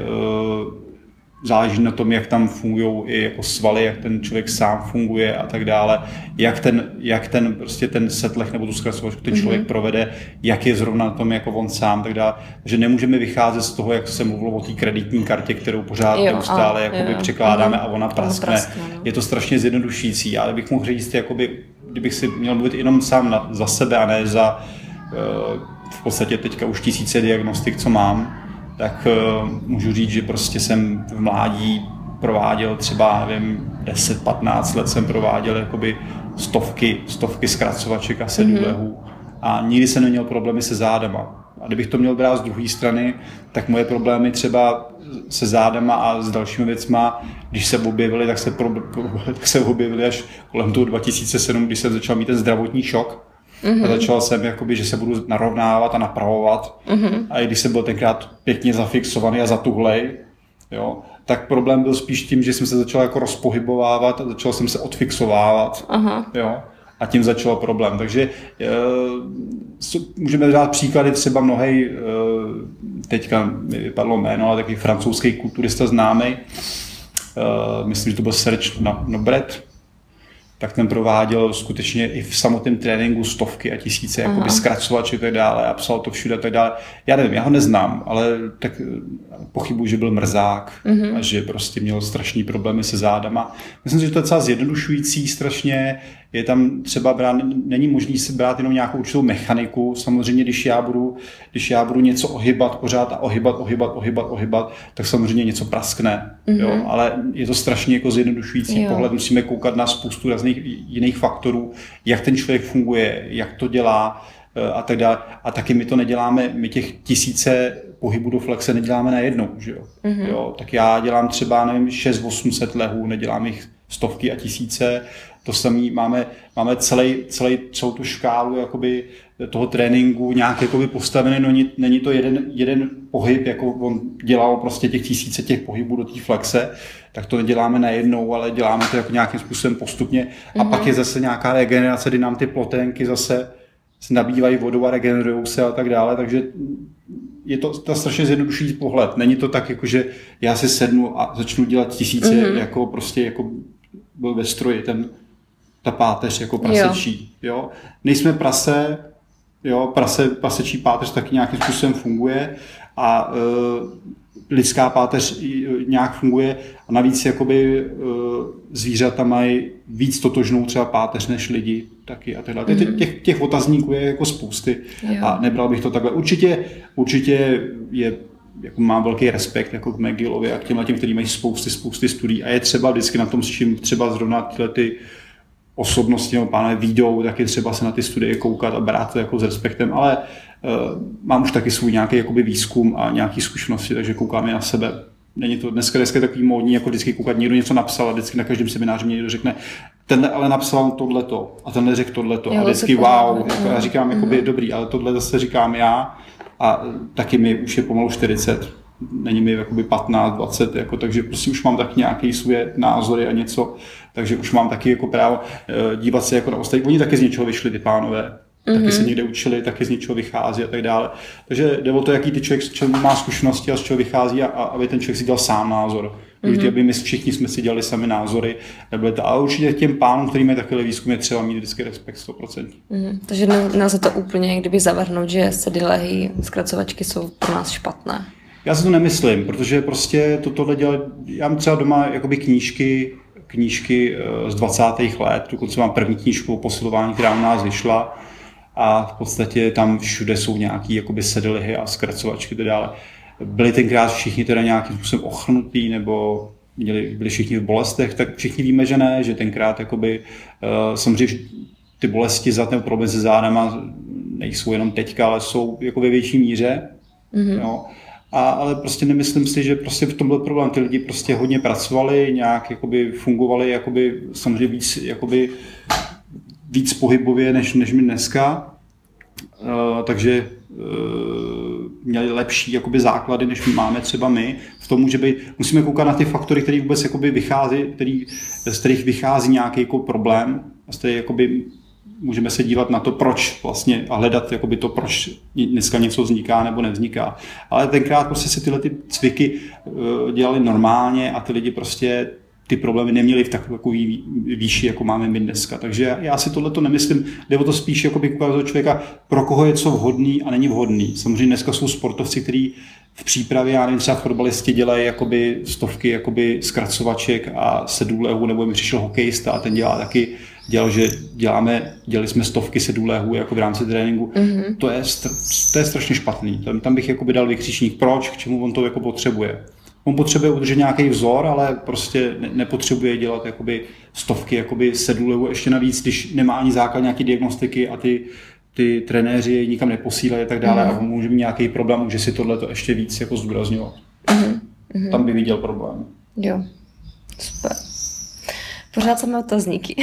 záleží na tom, jak tam fungují i jako svaly, jak ten člověk sám funguje a tak dále, jak ten, jak ten, prostě ten setlech nebo tu zkracovačku ten člověk mm-hmm. provede, jak je zrovna na tom jako on sám, tak dále. Takže nemůžeme vycházet z toho, jak se mluvilo o té kreditní kartě, kterou pořád jo, neustále a, jakoby jo, překládáme mm-hmm. a ona praskne. praskne no. Je to strašně zjednodušující, ale bych mohl říct, jakoby, kdybych si měl mluvit jenom sám na, za sebe a ne za uh, v podstatě teďka už tisíce diagnostik, co mám, tak uh, můžu říct, že prostě jsem v mládí prováděl třeba, nevím, deset patnáct let jsem prováděl jakoby stovky, stovky zkracovaček a sedů mm-hmm. lehů a nikdy jsem neměl problémy se zádama. A kdybych to měl brát z druhé strany, tak moje problémy třeba se zádama a s dalšími věcma, když se objevily, tak se, pro, tak se objevily až kolem toho dva tisíce sedm, když jsem začal mít ten zdravotní šok. Mm-hmm. A začal jsem, jakoby, že se budu narovnávat a napravovat. Mm-hmm. A i když jsem byl tenkrát pěkně zafixovaný a zatuhlej, jo, tak problém byl spíš tím, že jsem se začal jako rozpohybovávat a začal jsem se odfixovávat. Aha. Jo, a tím začal problém. Takže e, můžeme dát příklady třeba mnohej, e, teďka mi vypadlo jméno, ale takový francouzský kulturista známý. E, myslím, že to byl Serge Nobret. tak ten prováděl skutečně i v samotném tréninku stovky a tisíce jakoby zkracovačů a tak dále a psal to všude a tak dále. Já nevím, já ho neznám, ale tak pochybuji, že byl mrzák mm-hmm. a že prostě měl strašný problémy se zádama. Myslím si, že to je docela zjednodušující strašně. Je tam třeba brát, není možný si brát jenom nějakou určitou mechaniku. Samozřejmě, když já budu, když já budu něco ohybat pořád a ohybat, ohybat, ohybat, ohybat, tak samozřejmě něco praskne. Mm-hmm. Jo? Ale je to strašně jako zjednodušující jo. pohled. Musíme koukat na spoustu různých jiných faktorů, jak ten člověk funguje, jak to dělá a tak dále. A taky my to neděláme, my těch tisíce pohybů do flexe neděláme najednou, že jo? Mm-hmm. Jo? Tak já dělám třeba, nevím, šest osm set lehů, nedělám jich stovky a tisíce. To samé máme, máme celý, celý, celou tu škálu jakoby, toho tréninku nějak jakoby postavený, no není, není to jeden, jeden pohyb, jako on dělal prostě těch tisíce těch pohybů do té flexe, tak to neděláme najednou, ale děláme to jako nějakým způsobem postupně. A mm-hmm. pak je zase nějaká regenerace, kdy nám ty ploténky zase se nabývají vodou a regenerují se a tak dále, takže je to, to strašně zjednodušující pohled. Není to tak, jako, že já si sednu a začnu dělat tisíce, mm-hmm. jako prostě jako byl ve stroji ten ta páteř jako prasečí. Jo. Jo. Nejsme prase, jo, prase, prasečí páteř taky nějakým způsobem funguje a e, lidská páteř nějak funguje a navíc jakoby e, zvířata mají víc totožnou třeba páteř než lidi taky a tak mm. těch, těch otazníků je jako spousty jo. a nebral bych to takhle. Určitě, určitě je jako mám velký respekt jako k McGillovi a k těmhle těm, který mají spousty, spousty studií a je třeba vždycky na tom, s čím třeba zrovna tyhle ty osobnosti nebo pánové výjdou, tak je třeba se na ty studie koukat a brát to jako s respektem, ale uh, mám už taky svůj nějaký jakoby výzkum a nějaký zkušenosti, takže koukáme na sebe. Není to dneska, dneska je takový módní, jako vždycky koukat, někdo něco napsal a vždycky na každém semináři mě někdo řekne, tenhle ale napsal tohleto a tenhle řekl tohleto a vždycky wow, jako já říkám, mm-hmm. jakoby, dobrý, ale tohle zase říkám já a taky mi už je pomalu čtyřicet. Není mi jakoby patnáct, dvacet, jako, takže prostě už mám taky nějaké svoje názory a něco, takže už mám taky jako právo e, dívat se jako na ostatní. Oni taky z něčeho vyšli, ty pánové, mm-hmm. taky se někde učili, taky z něčeho vychází a tak dále. Takže jde o to, jaký ty člověk má zkušenosti a z čeho vychází a, a aby ten člověk si dělal sám názor. Mm-hmm. Aby my všichni jsme si dělali sami názory, nebyly to, ale určitě těm pánům, který mají takový výzkum, je třeba mít vždycky respekt sto procent. Mm-hmm. Takže nelze to úplně kdyby zavrhnout, že sedilehy, zkracovačky jsou pro nás špatné. Já si to nemyslím, protože prostě to tohle dělá, já mám třeba doma jakoby knížky, knížky z dvacátých let, dokonce mám první knížku o posilování, která u nás vyšla a v podstatě tam všude jsou nějaký jakoby sedelihy a zkracovačky a dále. Byli tenkrát všichni teda nějakým způsobem ochnutí nebo měli, byli všichni v bolestech, tak všichni víme, že ne, že tenkrát jakoby, uh, samozřejmě ty bolesti za ten problém se zádama nejsou jenom teďka, ale jsou jako ve větší míře. Mm-hmm. Jo. A, ale prostě nemyslím si, že prostě v tom byl problém. Ty lidi prostě hodně pracovali, nějak jakoby fungovali jakoby, samozřejmě víc, jakoby, víc pohybově než, než my dneska. Uh, takže uh, měli lepší jakoby, základy, než máme třeba my. V tom může být, musíme koukat na ty faktory, které vůbec jakoby, vychází, který, z kterých vychází nějaký jako, problém. A z kterých, jakoby, můžeme se dívat na to, proč vlastně a hledat jakoby to, proč dneska něco vzniká nebo nevzniká. Ale tenkrát prostě se tyhle ty cviky uh, dělaly normálně a ty lidi prostě ty problémy neměli v takový výši, jako máme my dneska. Takže já si tohleto nemyslím, jde o to spíš jakoby koukat do člověka, pro koho je co vhodný a není vhodný. Samozřejmě dneska jsou sportovci, kteří v přípravě, já nevím, třeba fotbalisti dělají jakoby stovky jakoby zkracovaček a sedůlehů, nebo mi přišel hokejista a ten dělá taky, dělal, že děláme, dělali jsme stovky sedůlehů jako v rámci tréninku. Mm-hmm. To, je, to je strašně špatný. Tam, tam bych jakoby dal vykřičník, proč, k čemu on to jako potřebuje. On potřebuje udržet nějaký vzor, ale prostě ne, nepotřebuje dělat jakoby stovky jakoby sedůlehů, ještě navíc, když nemá ani základ nějaké diagnostiky a ty ty trenéři jej nikam neposílají a tak dále, mm. a může mít nějaký problém, může si tohleto ještě víc jako zdůrazňovat. Mm. Tam by viděl problém. Jo, super. Pořád samé otazníky.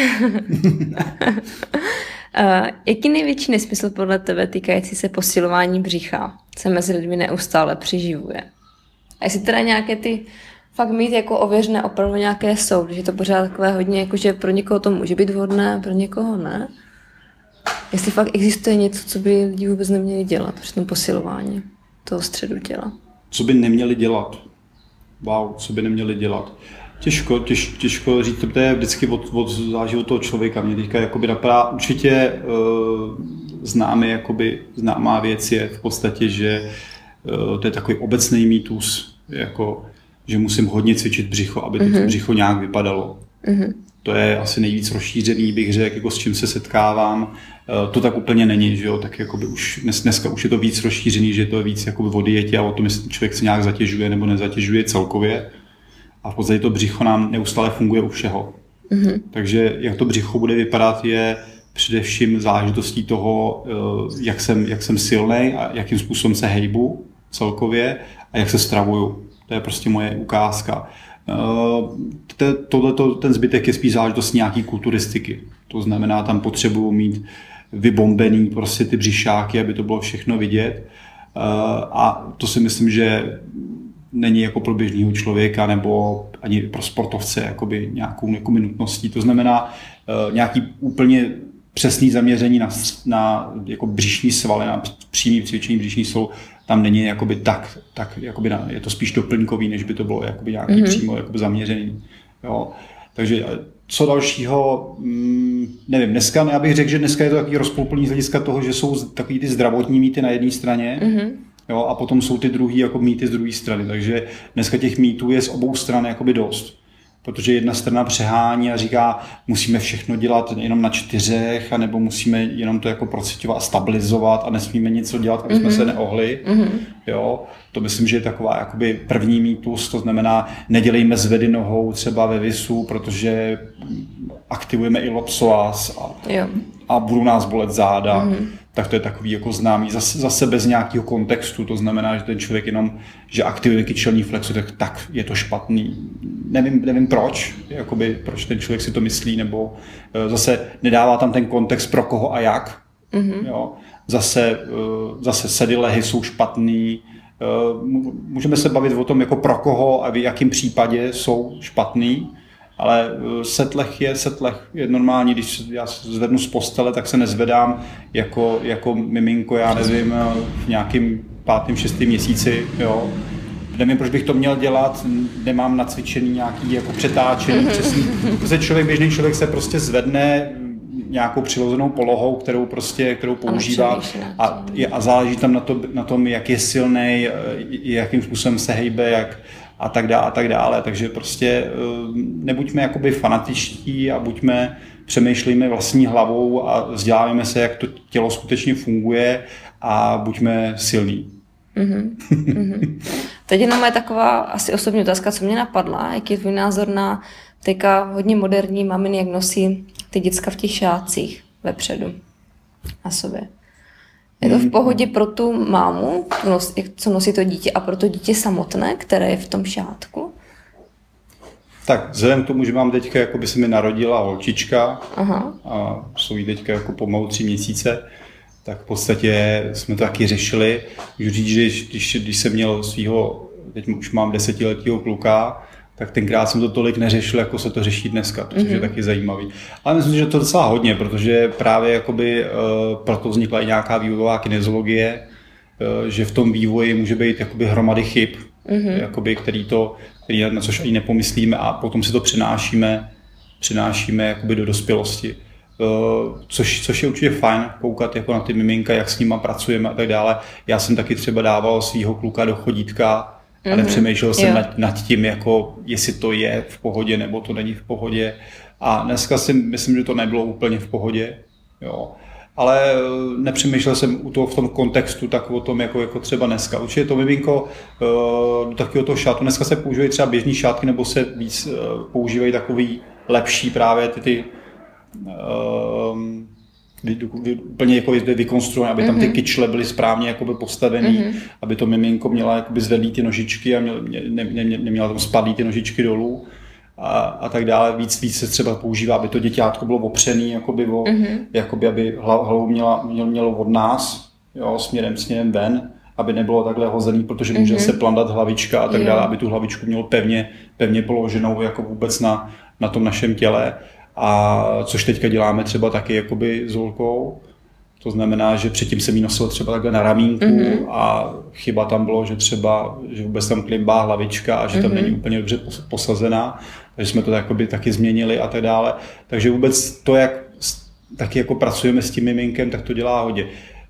uh, jaký největší nesmysl podle tebe týkající se posilování břicha se mezi lidmi neustále přiživuje? A jestli teda nějaké ty fakt mít jako ověřené opravdu nějaké jsou, že je to pořád takové hodně, jako že pro někoho to může být vhodné, pro někoho ne. Jestli fakt existuje něco, co by lidi vůbec neměli dělat při tom posilování toho středu těla. Co by neměli dělat? Wow, co by neměli dělat? Těžko, těž, těžko říct, to je vždycky od, od záleží od toho člověka. Mě teďka jakoby napadá, určitě uh, známý, jakoby, známá věc je v podstatě, že uh, to je takový obecný mýtus, jako, že musím hodně cvičit břicho, aby to mm-hmm. břicho nějak vypadalo. Mm-hmm. To je asi nejvíc rozšířený, bych řekl, jako s čím se setkávám. Uh, to tak úplně není, že jo, tak jakoby už dnes, dneska už je to víc rozšířený, že to je víc jakoby o dietě a o tom, jestli člověk se nějak zatěžuje nebo nezatěžuje celkově. A v podstatě to břicho nám neustále funguje u všeho. Mm-hmm. Takže jak to břicho bude vypadat, je především záležitostí toho, jak jsem, jak jsem silnej a jakým způsobem se hejbu celkově a jak se stravuju. To je prostě moje ukázka. Tohleto, ten zbytek je spíš záležitost nějaký kulturistiky. To znamená, tam potřebuju mít vybombený prostě ty břišáky, aby to bylo všechno vidět. A to si myslím, že není jako pro běžného člověka nebo ani pro sportovce jakoby nějakou, nějakou nutností. To znamená uh, nějaký úplně přesný zaměření na, na jako břišní svaly, na přímý cvičení břišní svalů, tam není jakoby tak, tak jakoby na, je to spíš doplňkový, než by to bylo jakoby nějaký mm-hmm. přímo jakoby zaměření. Jo. Takže co dalšího, mm, nevím, dneska, já bych řekl, že dneska je to takový rozpolplný z hlediska toho, že jsou takový ty zdravotní mýty na jedné straně, mm-hmm. jo, a potom jsou ty druhý jako mýty z druhé strany. Takže dneska těch mýtů je z obou stran jakoby dost. Protože jedna strana přehání a říká, musíme všechno dělat jenom na čtyřech, anebo musíme jenom to jako procitovat a stabilizovat a nesmíme nic dělat, aby jsme mm-hmm. se neohli. Mm-hmm. Jo, to myslím, že je taková jakoby první mýtus, to znamená, nedělejme zvedy nohou třeba ve visu, protože aktivujeme i lopsoas a, a budou nás bolet záda. Mm-hmm. Tak to je takový jako známý, zase, zase bez nějakého kontextu, to znamená, že ten člověk jenom, že aktivuje kyčelní flexu, tak, tak je to špatný. Nevím, nevím proč, jakoby, proč ten člověk si to myslí, nebo zase nedává tam ten kontext pro koho a jak. Mm-hmm. Jo. Zase, zase sedy lehy jsou špatný, můžeme se bavit o tom, jako pro koho a v jakém případě jsou špatný. Ale setlech je, setlech je normální, když já zvednu z postele, tak se nezvedám jako, jako miminko, já nevím, v nějakým pátým, šestým měsíci, jo. Nevím, proč bych to měl dělat, nemám nacvičený nějaký jako přetáčený, mm-hmm. přesný. Prostě člověk, běžný člověk se prostě zvedne nějakou přirozenou polohou, kterou prostě, kterou používá a, a záleží tam na, to, na tom, jak je silnej, jakým způsobem se hejbe, jak a tak dále a tak dále. Takže prostě nebuďme jakoby fanatičtí a buďme, přemýšlíme vlastní hlavou a vzděláváme se, jak to tělo skutečně funguje a buďme silní. Mm-hmm. Mm-hmm. Teď jenom je taková asi osobní otázka, co mě napadla. Jaký je tvůj názor na teďka hodně moderní maminy, jak nosí ty děcka v těch šátcích vepředu na sobě? Je to v pohodě pro tu mámu, co nosí to dítě, a pro to dítě samotné, které je v tom šátku? Tak vzhledem k tomu, že mám teďka, jako by se mi narodila holčička. Aha. A jsou jí teďka jako pomalu tři měsíce, tak v podstatě jsme to taky řešili. Můžu říct, že když, když jsem měl svýho, teď už mám desetiletýho kluka, tak tenkrát jsem to tolik neřešil, jako se to řeší dneska, což mm-hmm. je taky zajímavý. Ale myslím, že to docela hodně, protože právě jakoby, uh, proto vznikla i nějaká vývojová kinezologie, uh, že v tom vývoji může být jakoby hromady chyb, mm-hmm. jakoby, který to, který, na což ani nepomyslíme a potom si to přenášíme, přenášíme jakoby do dospělosti. Uh, což, což je určitě fajn koukat jako na ty miminka, jak s nima pracujeme a tak dále. Já jsem taky třeba dával svýho kluka do chodítka, ale mm-hmm. přemýšlel jsem nad, nad tím, jako, jestli to je v pohodě, nebo to není v pohodě. A dneska si myslím, že to nebylo úplně v pohodě. Jo. Ale nepřemýšlel jsem u toho v tom kontextu tak o tom, jako, jako třeba dneska. Určitě to miminko uh, do takového toho šátu. Dneska se používají třeba běžný šátky, nebo se víc uh, používají takový lepší právě ty, ty uh, Vy, vy, úplně jako vykonstruované, aby tam ty kyčle byly správně jakoby postavený, mm-hmm. aby to miminko měla jakoby zvedlý ty nožičky a měla, ne, ne, ne, neměla tam spadlý ty nožičky dolů a, a tak dále. Víc, víc se třeba používá, aby to děťátko bylo opřený, jakoby, o, mm-hmm. jakoby aby hlavu měla, mělo od nás, jo, směrem, směrem ven, aby nebylo takhle hozený, protože mm-hmm. může se plandat hlavička a tak dále, aby tu hlavičku mělo pevně, pevně položenou jako vůbec na, na tom našem těle. A což teďka děláme třeba taky jakoby s holkou. To znamená, že předtím jsem jí nosil třeba takhle na ramínku mm-hmm. a chyba tam bylo, že třeba, že vůbec tam klimbá hlavička a že tam mm-hmm. není úplně dobře posazená. takže jsme to takoby taky změnili a tak dále. Takže vůbec to, jak taky jako pracujeme s tím miminkem, tak to dělá hodně.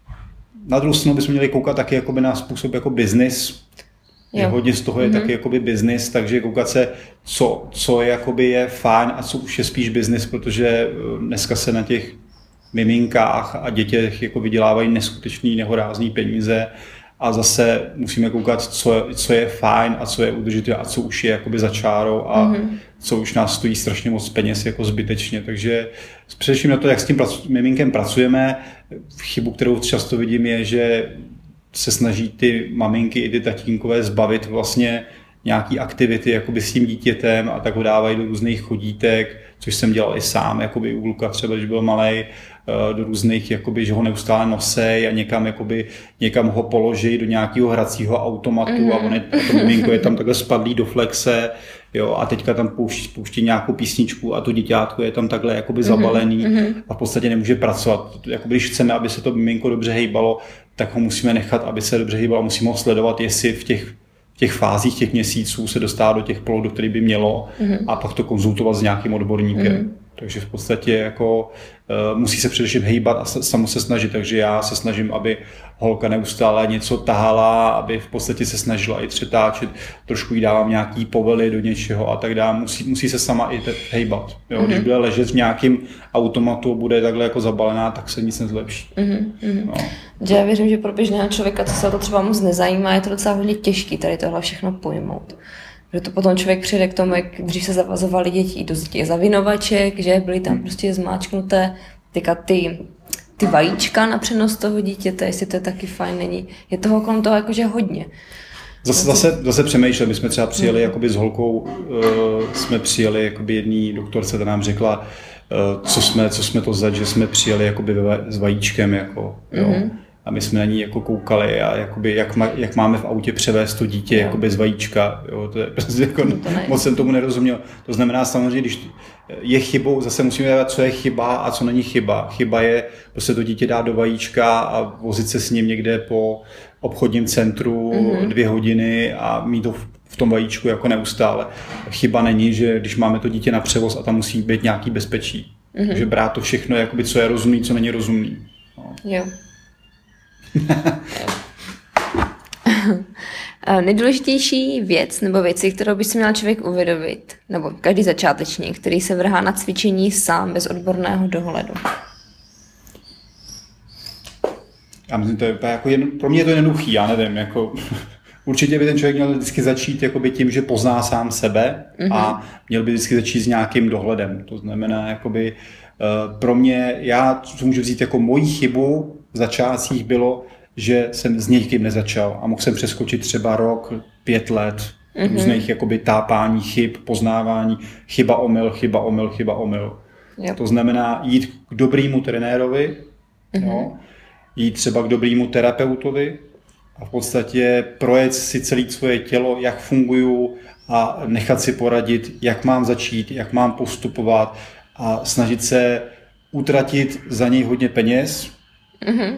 Na druhou stranu bychom měli koukat taky jakoby na způsob jako business, že hodně z toho je mm-hmm. taky jakoby business, takže koukat se, co, co je, jakoby je fajn a co už je spíš business, protože dneska se na těch miminkách a dětech jako vydělávají neskutečný nehorázný peníze a zase musíme koukat, co, co je fajn a co je udržitelné a co už je jakoby za čárou a mm-hmm. co už nás stojí strašně moc peněz jako zbytečně. Takže především na to, jak s tím pracu- miminkem pracujeme, chybu, kterou často vidím, je, že se snaží ty maminky i ty tatínkové zbavit vlastně nějaký aktivity jakoby s tím dítětem a tak ho dávají do různých chodítek, což jsem dělal i sám, jakoby u Luka třeba, když byl malej, do různých, jakoby, že ho neustále nosej a někam, jakoby, někam ho položí do nějakého hracího automatu mm-hmm. a, on je, a to miminko je tam takhle spadlý do flexe, jo, a teďka tam pouští, pouští nějakou písničku a to děťátko je tam takhle jakoby zabalený mm-hmm. a v podstatě nemůže pracovat. Jakoby, když chceme, aby se to miminko dobře hejbalo, tak ho musíme nechat, aby se dobře hejbalo, musíme ho sledovat, jestli v těch v těch fázích těch měsíců se dostává do těch plodů, který by mělo mm-hmm. a pak to konzultovat s nějakým odborníkem. Mm-hmm. Takže v podstatě jako uh, musí se především hejbat a samo se snažit, takže já se snažím, aby holka neustále něco tahala, aby v podstatě se snažila i přetáčet, trošku jí dávám nějaký povely do něčeho a tak dále, musí, musí se sama i hejbat. Jo? Mm-hmm. Když bude ležet v nějakým automatu, bude takhle jako zabalená, tak se nic nezlepší. Mm-hmm. No. Já věřím, že pro běžného člověka, co se to třeba moc nezajímá, je to docela hodně těžký tady tohle všechno pojmout. Že to potom člověk přijde k tomu, jak dřív se zavazovali děti do těch zavinovaček, že byly tam prostě zmáčknuté teďka ty, ty vajíčka na přenos toho dítěte, jestli to je taky fajn, není. Je toho kolem toho jakože hodně. Zase, zase, zase přemýšleli, my jsme třeba přijeli hmm. jakoby s holkou, uh, jsme přijeli jakoby jedný doktorce, ta nám řekla, uh, co, jsme, co jsme to zač, že jsme přijeli jakoby s vajíčkem, jako, jo. Hmm. A my jsme na ní jako koukali a jakoby, jak, ma, jak máme v autě převést to dítě jako bez vajíčka. Jo, to je prostě jako, no to moc jsem tomu nerozuměl. To znamená samozřejmě, když je chybou, zase musíme vědět, co je chyba a co není chyba. Chyba je prostě to dítě dát do vajíčka a vozit se s ním někde po obchodním centru mm-hmm. dvě hodiny a mít to v, v tom vajíčku jako neustále. Chyba není, že když máme to dítě na převoz a tam musí být nějaký bezpečí. Mm-hmm. Takže brát to všechno, jakoby, co je rozumný, co není rozumný. No. Jo. Nejdůležitější věc nebo věci, kterou by si měl člověk uvědomit, nebo každý začátečník, který se vrhá na cvičení sám bez odborného dohledu. Já myslím, to je jako jen, pro mě je to jednoduchý, já nevím, jako určitě by ten člověk měl vždycky začít jakoby tím, že pozná sám sebe mm-hmm. a měl by vždycky začít s nějakým dohledem. To znamená, jakoby pro mě, já co můžu vzít jako moji chybu v začátcích bylo, že jsem s někým nezačal a mohl jsem přeskočit třeba rok, pět let mm-hmm. různých jakoby tápání, chyb, poznávání, chyba, omyl, chyba, omyl, chyba, omyl. Yep. To znamená jít k dobrýmu trenérovi, mm-hmm. jo, jít třeba k dobrýmu terapeutovi a v podstatě projet si celé svoje tělo, jak funguju a nechat si poradit, jak mám začít, jak mám postupovat a snažit se utratit za něj hodně peněz. Mm-hmm.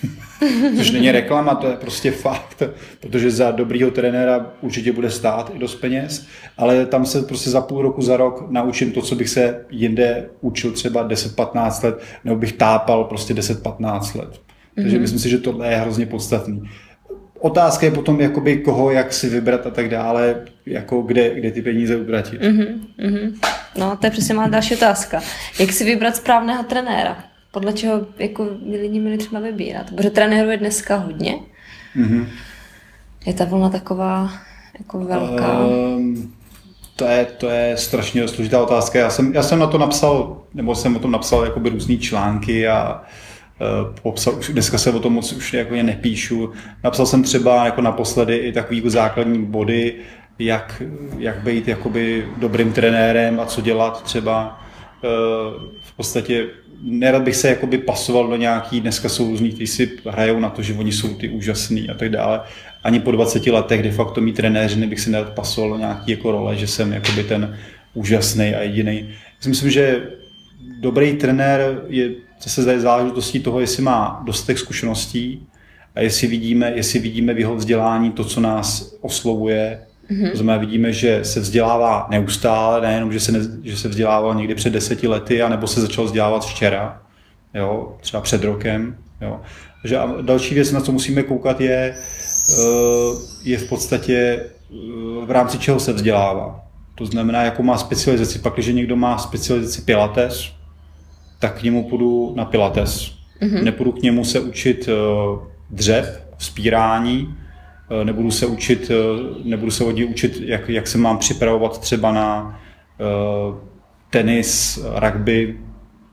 Což není reklama, to je prostě fakt, protože za dobrýho trenéra určitě bude stát i dost peněz, ale tam se prostě za půl roku, za rok naučím to, co bych se jinde učil třeba deset patnáct let, nebo bych tápal prostě deset patnáct let. Mm-hmm. Takže myslím si, že tohle je hrozně podstatný. Otázka je potom, jakoby koho, jak si vybrat a tak dále, jako kde, kde ty peníze utratit. Mm-hmm. No, to je přesně má další otázka. Jak si vybrat správného trenéra? Podle čeho jako lidi měli třeba vybírat? Protože trenérů je dneska hodně. Mm-hmm. Je ta vlna taková jako velká? Um, to, je, to je strašně složitá otázka. Já jsem, já jsem na to napsal, nebo jsem o tom napsal jakoby různý články a uh, popsal, už, dneska se o tom moc už jako nepíšu. Napsal jsem třeba jako naposledy i takový základní body, jak, jak být jakoby dobrým trenérem a co dělat třeba. Uh, v podstatě nerad bych se jakoby pasoval do nějaký, dneska jsou různý, kteří si hrajou na to, že oni jsou ty úžasný a tak dále. Ani po dvaceti letech de facto mít trenéři, nebych si nerad pasoval do nějaký jako role, že jsem jakoby ten úžasný a jediný. Myslím, že dobrý trenér je zase záležitostí toho, jestli má dostatek zkušeností a jestli vidíme, jestli vidíme v jeho vzdělání to, co nás oslovuje Mm-hmm. To znamená, vidíme, že se vzdělává neustále, nejenom, že se, ne, že se vzdělával někdy před deseti lety, anebo se začal vzdělávat včera, jo, třeba před rokem. Jo. Takže a další věc, na co musíme koukat, je, je v podstatě v rámci čeho se vzdělává. To znamená, jakou má specializaci. Pak, když někdo má specializaci pilates, tak k němu půjdu na pilates. Mm-hmm. Nepůjdu k němu se učit dřep, vzpírání, nebudu se učit, nebudu se od něj učit, jak, jak se mám připravovat třeba na uh, tenis, rugby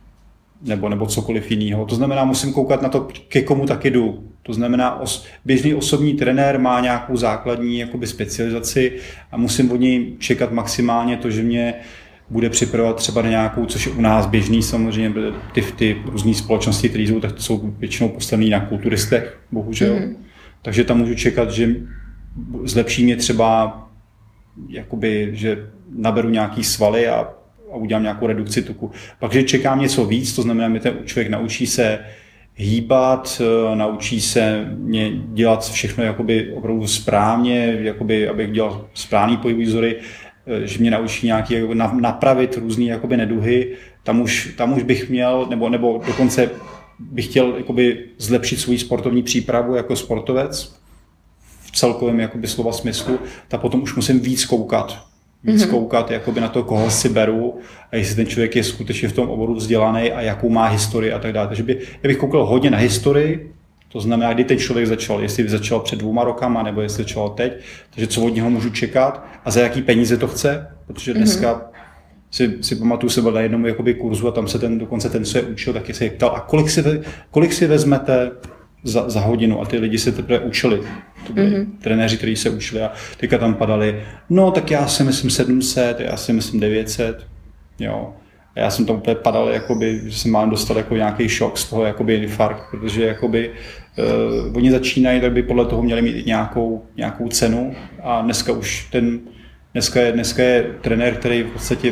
nebo, nebo cokoliv jiného. To znamená, musím koukat na to, ke komu taky jdu. To znamená, os, běžný osobní trenér má nějakou základní jakoby, specializaci a musím od něj čekat maximálně to, že mě bude připravovat třeba na nějakou, což je u nás běžný samozřejmě, ty, ty různé společnosti, které jsou, tak jsou většinou postavené na kulturistech, bohužel. Mm-hmm. Takže tam můžu čekat, že zlepší mě třeba, jakoby, že naberu nějaký svaly a, a udělám nějakou redukci tuku. Pak, že čekám něco víc, to znamená, že ten člověk naučí se hýbat, naučí se mě dělat všechno jakoby opravdu správně, jakoby, abych dělal správný pohybový vzory, že mě naučí nějaký, jakoby, napravit různé jakoby, neduhy. Tam už, tam už bych měl, nebo, nebo dokonce bych chtěl jakoby, zlepšit svou sportovní přípravu jako sportovec v celkovém jakoby, slova smyslu, tak potom už musím víc koukat. Víc mm-hmm. koukat jakoby, na to, koho si beru a jestli ten člověk je skutečně v tom oboru vzdělaný a jakou má historii a tak dále. Takže by, já bych koukal hodně na historii, to znamená, kdy ten člověk začal, jestli začal před dvouma rokama nebo jestli začal teď, takže co od něho můžu čekat a za jaký peníze to chce, protože dneska mm-hmm. Si, si pamatuju, se byl na jednom jakoby, kurzu a tam se ten, dokonce ten, co je učil, taky se ptal, a kolik si, kolik si vezmete za, za hodinu? A ty lidi se teprve učili. To byli mm-hmm. trenéři, kteří se učili a teďka tam padali, no tak já si myslím sedm set, já si myslím devět set. Jo. A já jsem tam úplně padal, jakoby, že jsem mám dostat jako nějaký šok z toho, jakoby infarkt, protože jakoby, uh, oni začínají, tak by podle toho měli mít nějakou, nějakou cenu a dneska už ten Dneska je, dneska je trenér, který v podstatě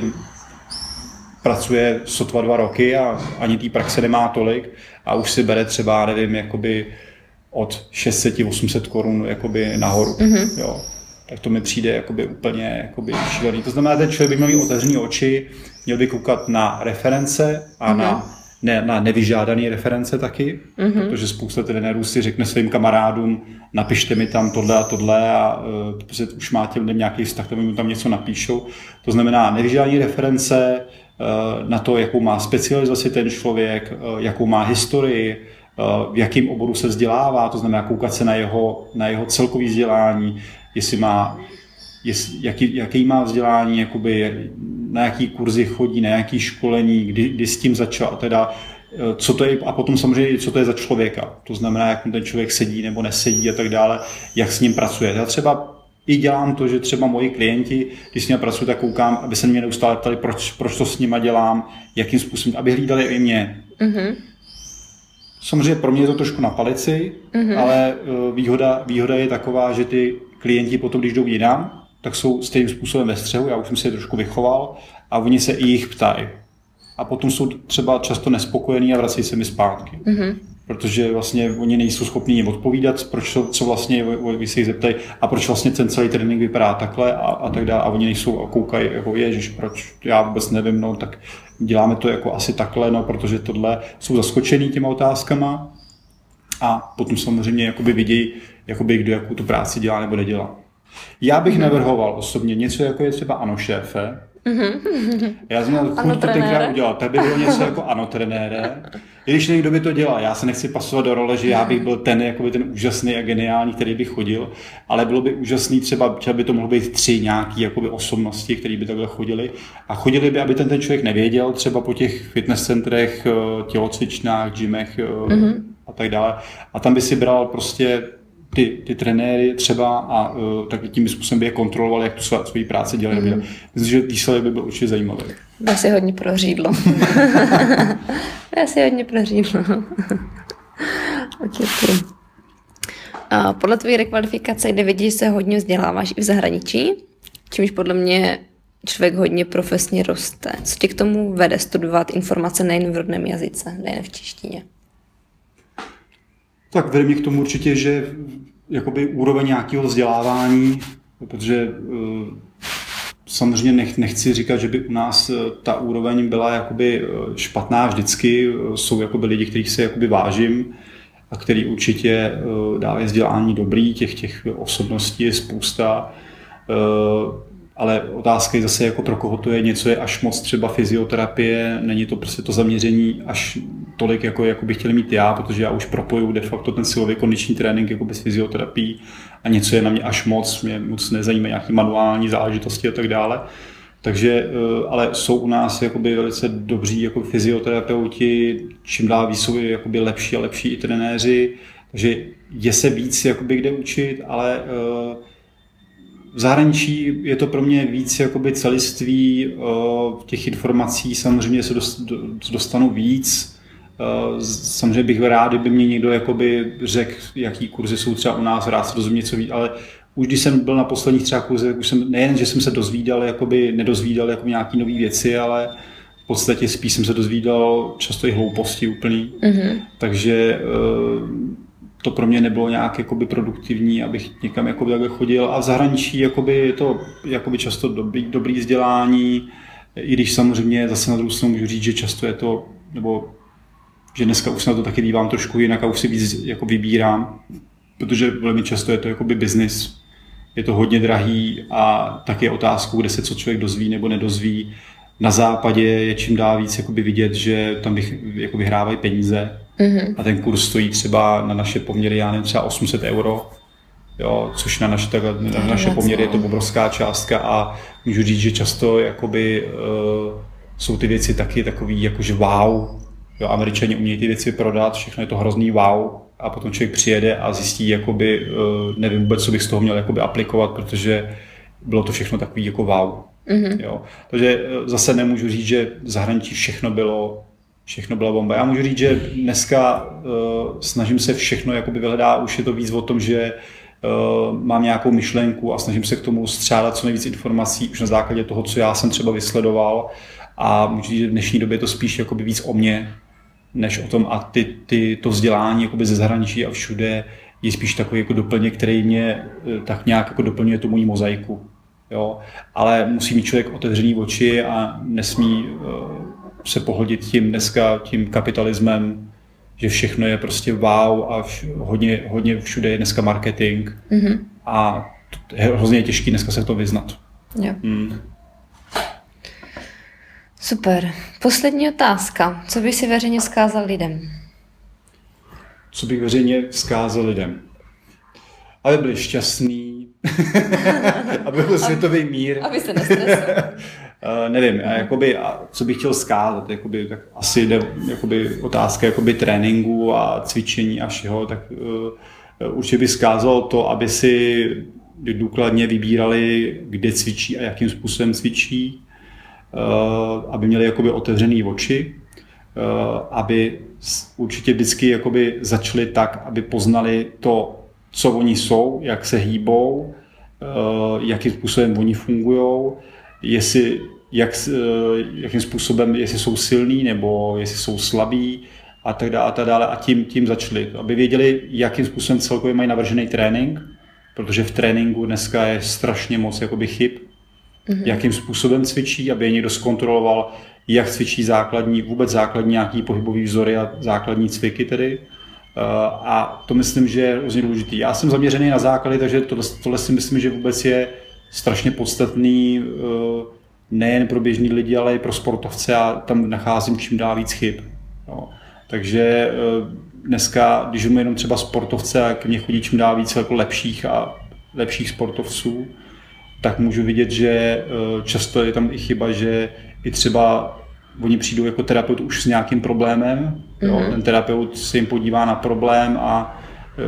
pracuje sotva dva roky a ani té praxe nemá tolik a už si bere třeba, nevím, jakoby od šest set osm set korun jakoby nahoru. Mm-hmm. Jo. Tak to mi přijde jakoby úplně jakoby šílený. To znamená, že ten člověk by měl mít otevřený oči, měl by koukat na reference a mm-hmm. na, ne, na nevyžádané reference taky, mm-hmm. protože spousta trenérů si řekne svým kamarádům, napište mi tam tohle a tohle a uh, protože už má těm nějaký vztah, tak mi tam něco napíšou. To znamená nevyžádané reference uh, na to, jakou má specializaci ten člověk, uh, jakou má historii, uh, v jakém oboru se vzdělává, to znamená koukat se na jeho, na jeho celkový vzdělání, jestli má, jestli, jaký, jaký má vzdělání, jakoby, na jaký kurzy chodí, na jaký školení, kdy, kdy s tím začal a teda co to je, a potom samozřejmě, co to je za člověka. To znamená, jak ten člověk sedí nebo nesedí a tak dále, jak s ním pracuje. Já třeba i dělám to, že třeba moji klienti, když s nimi pracuji, tak koukám, aby se mě neustále ptali, proč, proč to s nima dělám, jakým způsobem, aby hlídali i mě. Mm-hmm. Samozřejmě pro mě je to trošku na palici, mm-hmm. ale výhoda, výhoda je taková, že ty klienti potom, když jdou jinam, tak jsou stejným způsobem ve střehu, já už jsem si je trošku vychoval a oni se i jich ptají. A potom jsou třeba často nespokojení a vrací se mi zpátky. Mm-hmm. Protože vlastně oni nejsou schopni jim odpovídat, proč, co vlastně vy se jich zeptají a proč vlastně ten celý trénink vypadá takhle a, a tak dále. A oni nejsou a koukají, jako ježiš, proč, já vůbec nevím, no tak děláme to jako asi takhle, no protože tohle jsou zaskočený těma otázkama a potom samozřejmě jakoby vidějí, jakoby kdo jakou tu práci dělá nebo nedělá. Já bych mm-hmm. navrhoval osobně něco, jako je třeba ano šéfe. Mm-hmm. Já jsem měl chuť to tenkrát udělat, tak by bylo něco jako ano trenére. I když někdo by to dělal, já se nechci pasovat do role, že já bych byl ten, jakoby ten úžasný a geniální, který by chodil, ale bylo by úžasný třeba, třeba by to mohlo být tři nějaký jakoby osobnosti, který by takhle chodili a chodili by, aby ten, ten člověk nevěděl třeba po těch fitness centrech, tělocvičnách, gymech mm-hmm. a tak dále. A tam by si bral prostě ty, ty trenéry třeba a uh, tak tím způsobem by je kontroloval, jak tu svoji práci dělají. Mm. Myslím, že výsledek by byl určitě zajímavý. Já si hodně prořídlo. Já si hodně prořídlo. Okay. A podle tvojí rekvalifikace, kde vidíš, že se hodně vzděláváš i v zahraničí, čímž podle mě člověk hodně profesně roste. Co tě k tomu vede studovat informace nejen v rodném jazyce, nejen v češtině? Tak vede mě k tomu určitě, že jakoby úroveň nějakého vzdělávání protože samozřejmě nech, nechci říkat, že by u nás ta úroveň byla jakoby špatná vždycky. Jsou jakoby lidi, kterých se jakoby vážím a který určitě dávají vzdělání dobrý, těch, těch osobností je spousta. Ale otázka je zase, jako pro koho to je, něco je až moc třeba fyzioterapie, není to prostě to zaměření až tolik, jako, jako bych chtěl mít já, protože já už propojuju de facto ten silový kondiční trénink jako s fyzioterapií a něco je na mě až moc, mě moc nezajímají nějaké manuální záležitosti a tak dále. Takže, ale jsou u nás jakoby velice dobří jako fyzioterapeuti, čím dál víc jsou jakoby lepší a lepší i trenéři, takže je se víc jakoby kde učit, ale v zahraničí je to pro mě víc jakoby celiství, těch informací samozřejmě se dostanu víc. Samozřejmě bych rád, kdyby mě někdo jakoby řekl, jaký kurzy jsou třeba u nás, rád se dozvím něco víc, ale už když jsem byl na posledních třeba kurzech, už jsem nejen, že jsem se dozvídal, jakoby nedozvídal jako nějaký nové věci, ale v podstatě spíš jsem se dozvídal často i hlouposti úplný. Mm-hmm. Takže to pro mě nebylo nějak jakoby produktivní, abych někam jakoby takhle chodil. A v zahraničí jakoby je to jakoby často dobrý, dobrý vzdělání, i když samozřejmě zase na druhou stranu můžu říct, že často je to, nebo že dneska už se na to taky dívám trošku jinak a už si víc jako vybírám, protože velmi často je to jakoby business. Je to hodně drahý a tak je otázkou, kde se co člověk dozví nebo nedozví. Na západě je čím dál víc jakoby vidět, že tam jako vyhrávají peníze. Mm-hmm. A ten kurz stojí třeba na naše poměry, já nevím, třeba osm set euro, jo, což na naše, takhle, na naše poměry je to obrovská částka a můžu říct, že často jakoby, uh, jsou ty věci taky takový jakože wow, jo, Američani umějí ty věci prodat, všechno je to hrozný wow a potom člověk přijede a zjistí, jakoby, uh, nevím vůbec, co bych z toho měl jakoby aplikovat, protože bylo to všechno takový jako wow. Mm-hmm. Jo. Takže zase nemůžu říct, že v zahraničí všechno bylo Všechno byla bomba. Já můžu říct, že dneska uh, snažím se všechno jakoby vyhledat, už je to víc o tom, že uh, mám nějakou myšlenku a snažím se k tomu střádat co nejvíc informací už na základě toho, co já jsem třeba vysledoval a můžu říct, že v dnešní době je to spíš jakoby víc o mně, než o tom a ty, ty, to vzdělání jakoby ze zahraničí a všude je spíš takový jako doplněk, který mě tak nějak jako doplňuje tu moji mozaiku. Jo? Ale musí mít člověk otevřený oči a nesmí uh, se pohodit tím dneska, tím kapitalismem, že všechno je prostě wow a vš- hodně, hodně všude je dneska marketing mm-hmm. a je hrozně těžký dneska se to vyznat. Jo. Mm. Super. Poslední otázka. Co by si veřejně vzkázal lidem? Co bych veřejně vzkázal lidem? Aby byli šťastní, aby byl světový mír. Aby se nestresovali. Uh, nevím, a jakoby, a co bych chtěl zkázat, jakoby, tak asi jde jakoby, otázka jakoby, tréninku a cvičení a všeho, tak uh, určitě bych zkázal to, aby si důkladně vybírali, kde cvičí a jakým způsobem cvičí, uh, aby měli jakoby, otevřený oči, uh, aby určitě vždycky jakoby, začali tak, aby poznali to, co oni jsou, jak se hýbou, uh, jakým způsobem oni fungujou, jestli, jak, jakým způsobem, jestli jsou silní nebo jestli jsou slabí a tak dále a tak dále a tím, tím začali. Aby věděli, jakým způsobem celkově mají navržený trénink, protože v tréninku dneska je strašně moc jakoby chyb, mm-hmm. jakým způsobem cvičí, aby je někdo zkontroloval, jak cvičí základní, vůbec základní nějaký pohybový vzory a základní cviky tedy. A to myslím, že je hrozně důležitý. Já jsem zaměřený na základy, takže tohle, tohle si myslím, že vůbec je strašně podstatný nejen pro běžní lidi, ale i pro sportovce a tam nacházím čím dál víc chyb. No. Takže dneska, když mám jenom třeba sportovce a ke mně chodí čím dál víc jako lepších a lepších sportovců, tak můžu vidět, že často je tam i chyba, že i třeba oni přijdou jako terapeut už s nějakým problémem, mm-hmm. jo? Ten terapeut se jim podívá na problém a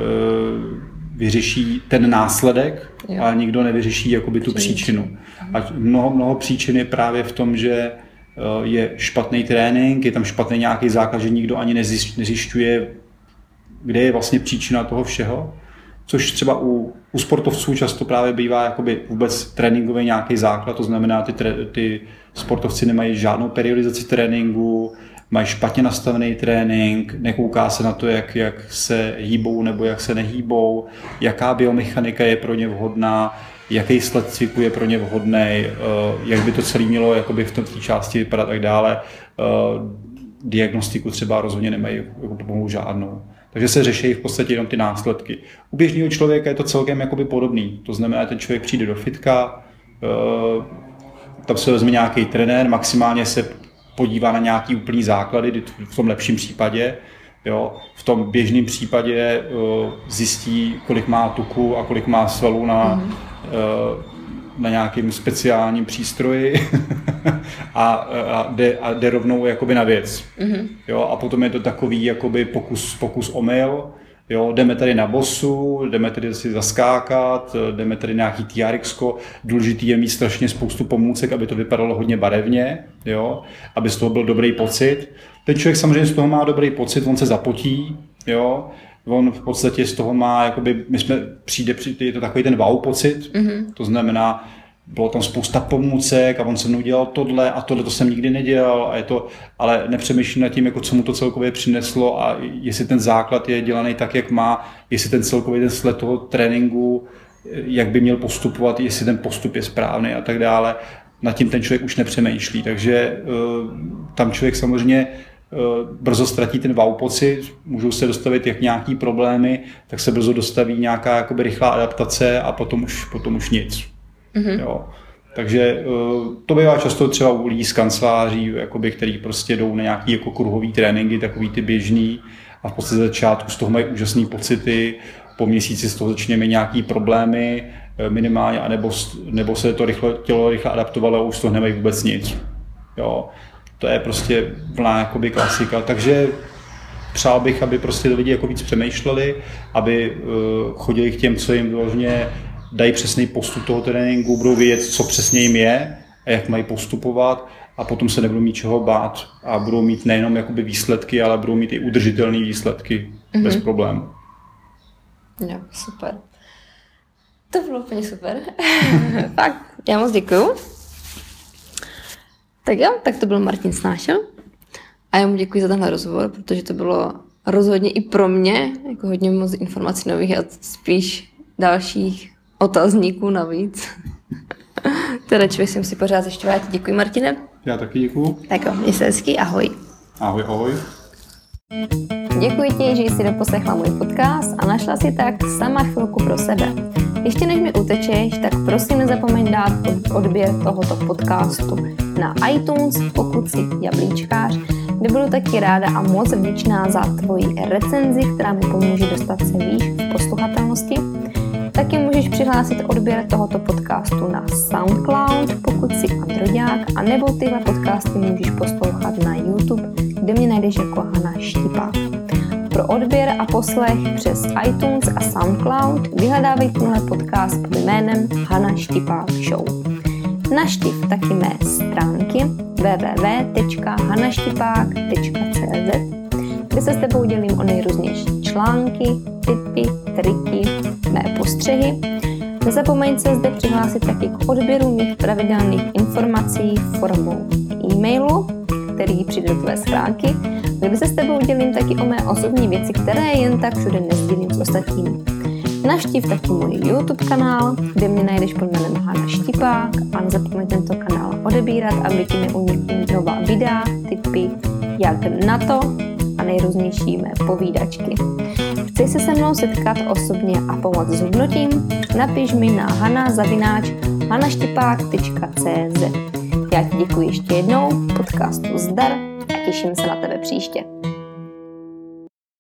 vyřeší ten následek, jo. Ale nikdo nevyřeší jakoby tu příčinu. A mnoho, mnoho příčin je právě v tom, že je špatný trénink, je tam špatný nějaký základ, že nikdo ani nezjišťuje, kde je vlastně příčina toho všeho. Což třeba u, u sportovců často právě bývá jakoby vůbec tréninkový nějaký základ, to znamená, ty, ty sportovci nemají žádnou periodizaci tréninku, mají špatně nastavený trénink, nekouká se na to, jak, jak se hýbou nebo jak se nehýbou, jaká biomechanika je pro ně vhodná, jaký sled cviku je pro ně vhodný, jak by to celé mělo jakoby v té části vypadat a tak dále. Diagnostiku třeba rozhodně nemají jako pomohu žádnou. Takže se řeší v podstatě jenom ty následky. U běžného člověka je to celkem jakoby podobný. To znamená, že ten člověk přijde do fitka, tam se vezme nějaký trenér, maximálně se podívá na nějaký úplný základy, v tom lepším případě. Jo. V tom běžném případě zjistí, kolik má tuku a kolik má svalů na, mm. na nějakým speciálním přístroji a, a, jde, a jde rovnou jakoby na věc. Mm. Jo. A potom je to takový jakoby pokus, pokus omyl. Jo, jdeme tady na bosu, jdeme tady si zaskákat, jdeme tady nějaký T R X ko. Důležitý je mít strašně spoustu pomůcek, aby to vypadalo hodně barevně, jo, aby z toho byl dobrý pocit. Ten člověk samozřejmě z toho má dobrý pocit, on se zapotí, jo, on v podstatě z toho má, jakoby, my jsme, přijde, přijde je to takový ten wow pocit, mm-hmm. to znamená, bylo tam spousta pomůcek a on se mnou dělal tohle a tohle to jsem nikdy nedělal, a je to, ale nepřemýšlím nad tím, jako co mu to celkově přineslo a jestli ten základ je dělaný tak, jak má, jestli ten celkový ten sled toho tréninku, jak by měl postupovat, jestli ten postup je správný a tak dále. Nad tím ten člověk už nepřemýšlí, takže uh, tam člověk samozřejmě uh, brzo ztratí ten wow pocit, můžou se dostavit jak nějaký problémy, tak se brzo dostaví nějaká jakoby rychlá adaptace a potom už, potom už nic. Mm-hmm. Jo. Takže uh, to bývá často třeba u lidí z kanceláří, jakoby, který prostě jdou na nějaký jako kruhový tréninky, takový ty běžný, a v podstatě začátku z toho mají úžasné pocity, po měsíci z toho začínají mít nějaký problémy minimálně, anebo, nebo se to rychle, tělo rychle adaptovalo a už z toho nemají vůbec nic. Jo. To je prostě plná jakoby klasika, takže přál bych, aby prostě lidi jako víc přemýšleli, aby uh, chodili k těm, co jim vyloženě dají přesný postup toho tréninku, budou vědět, co přesně jim je a jak mají postupovat, a potom se nebudou mít čeho bát a budou mít nejenom jakoby výsledky, ale budou mít i udržitelné výsledky mm-hmm. bez problémů. Jo, super. To bylo úplně super. Fakt, já moc děkuju. Tak jo, tak to byl Martin Snášel. A já mu děkuji za tenhle rozhovor, protože to bylo rozhodně i pro mě jako hodně moc informací nových a spíš dalších otazníků navíc. Teda člověk si musí pořád zjišťovat. Děkuji, Martine. Já taky děkuju. Tak jo, měj se hezky, ahoj. Ahoj, ahoj. Děkuji ti, že jsi doposlechla můj podcast a našla si tak sama chvilku pro sebe. Ještě než mi utečeš, tak prosím nezapomeň dát odběr tohoto podcastu na iTunes, pokud jsi jablíčkář, kde budu taky ráda a moc vděčná za tvoji recenzi, která mi pomůže dostat se výš v posluchatelnosti. Taky můžeš přihlásit odběr tohoto podcastu na SoundCloud, pokud jsi androďák, a nebo tyhle podcasty můžeš poslouchat na YouTube, kde mě najdeš jako Hana Štipák. Pro odběr a poslech přes iTunes a SoundCloud vyhledávej tenhle podcast pod jménem Hana Štipák Show. Navštiv taky mé stránky w w w tečka hana štipák tečka c z, kde se s tebou dělím o nejrůznější články, tipy, triky, mé postřehy. Nezapomeň se zde přihlásit taky k odběru mých pravidelných informací formou e-mailu, který přijde do tvé schránky, kde se s tebou dělím taky o mé osobní věci, které jen tak všude nesdílím s ostatními. Navštiv taky můj YouTube kanál, kde mě najdeš pod jménem Hana Štipák, a nezapomeň tento kanál odebírat, aby ti neunikly nová videa, tipy, jak na to a nejrůznější mé povídačky. Chci se se mnou setkat osobně a pomoct s hodnotím? Napiš mi na hana zavináč hana štipák tečka c z. Já ti děkuji ještě jednou, podcastu zdar a těším se na tebe příště.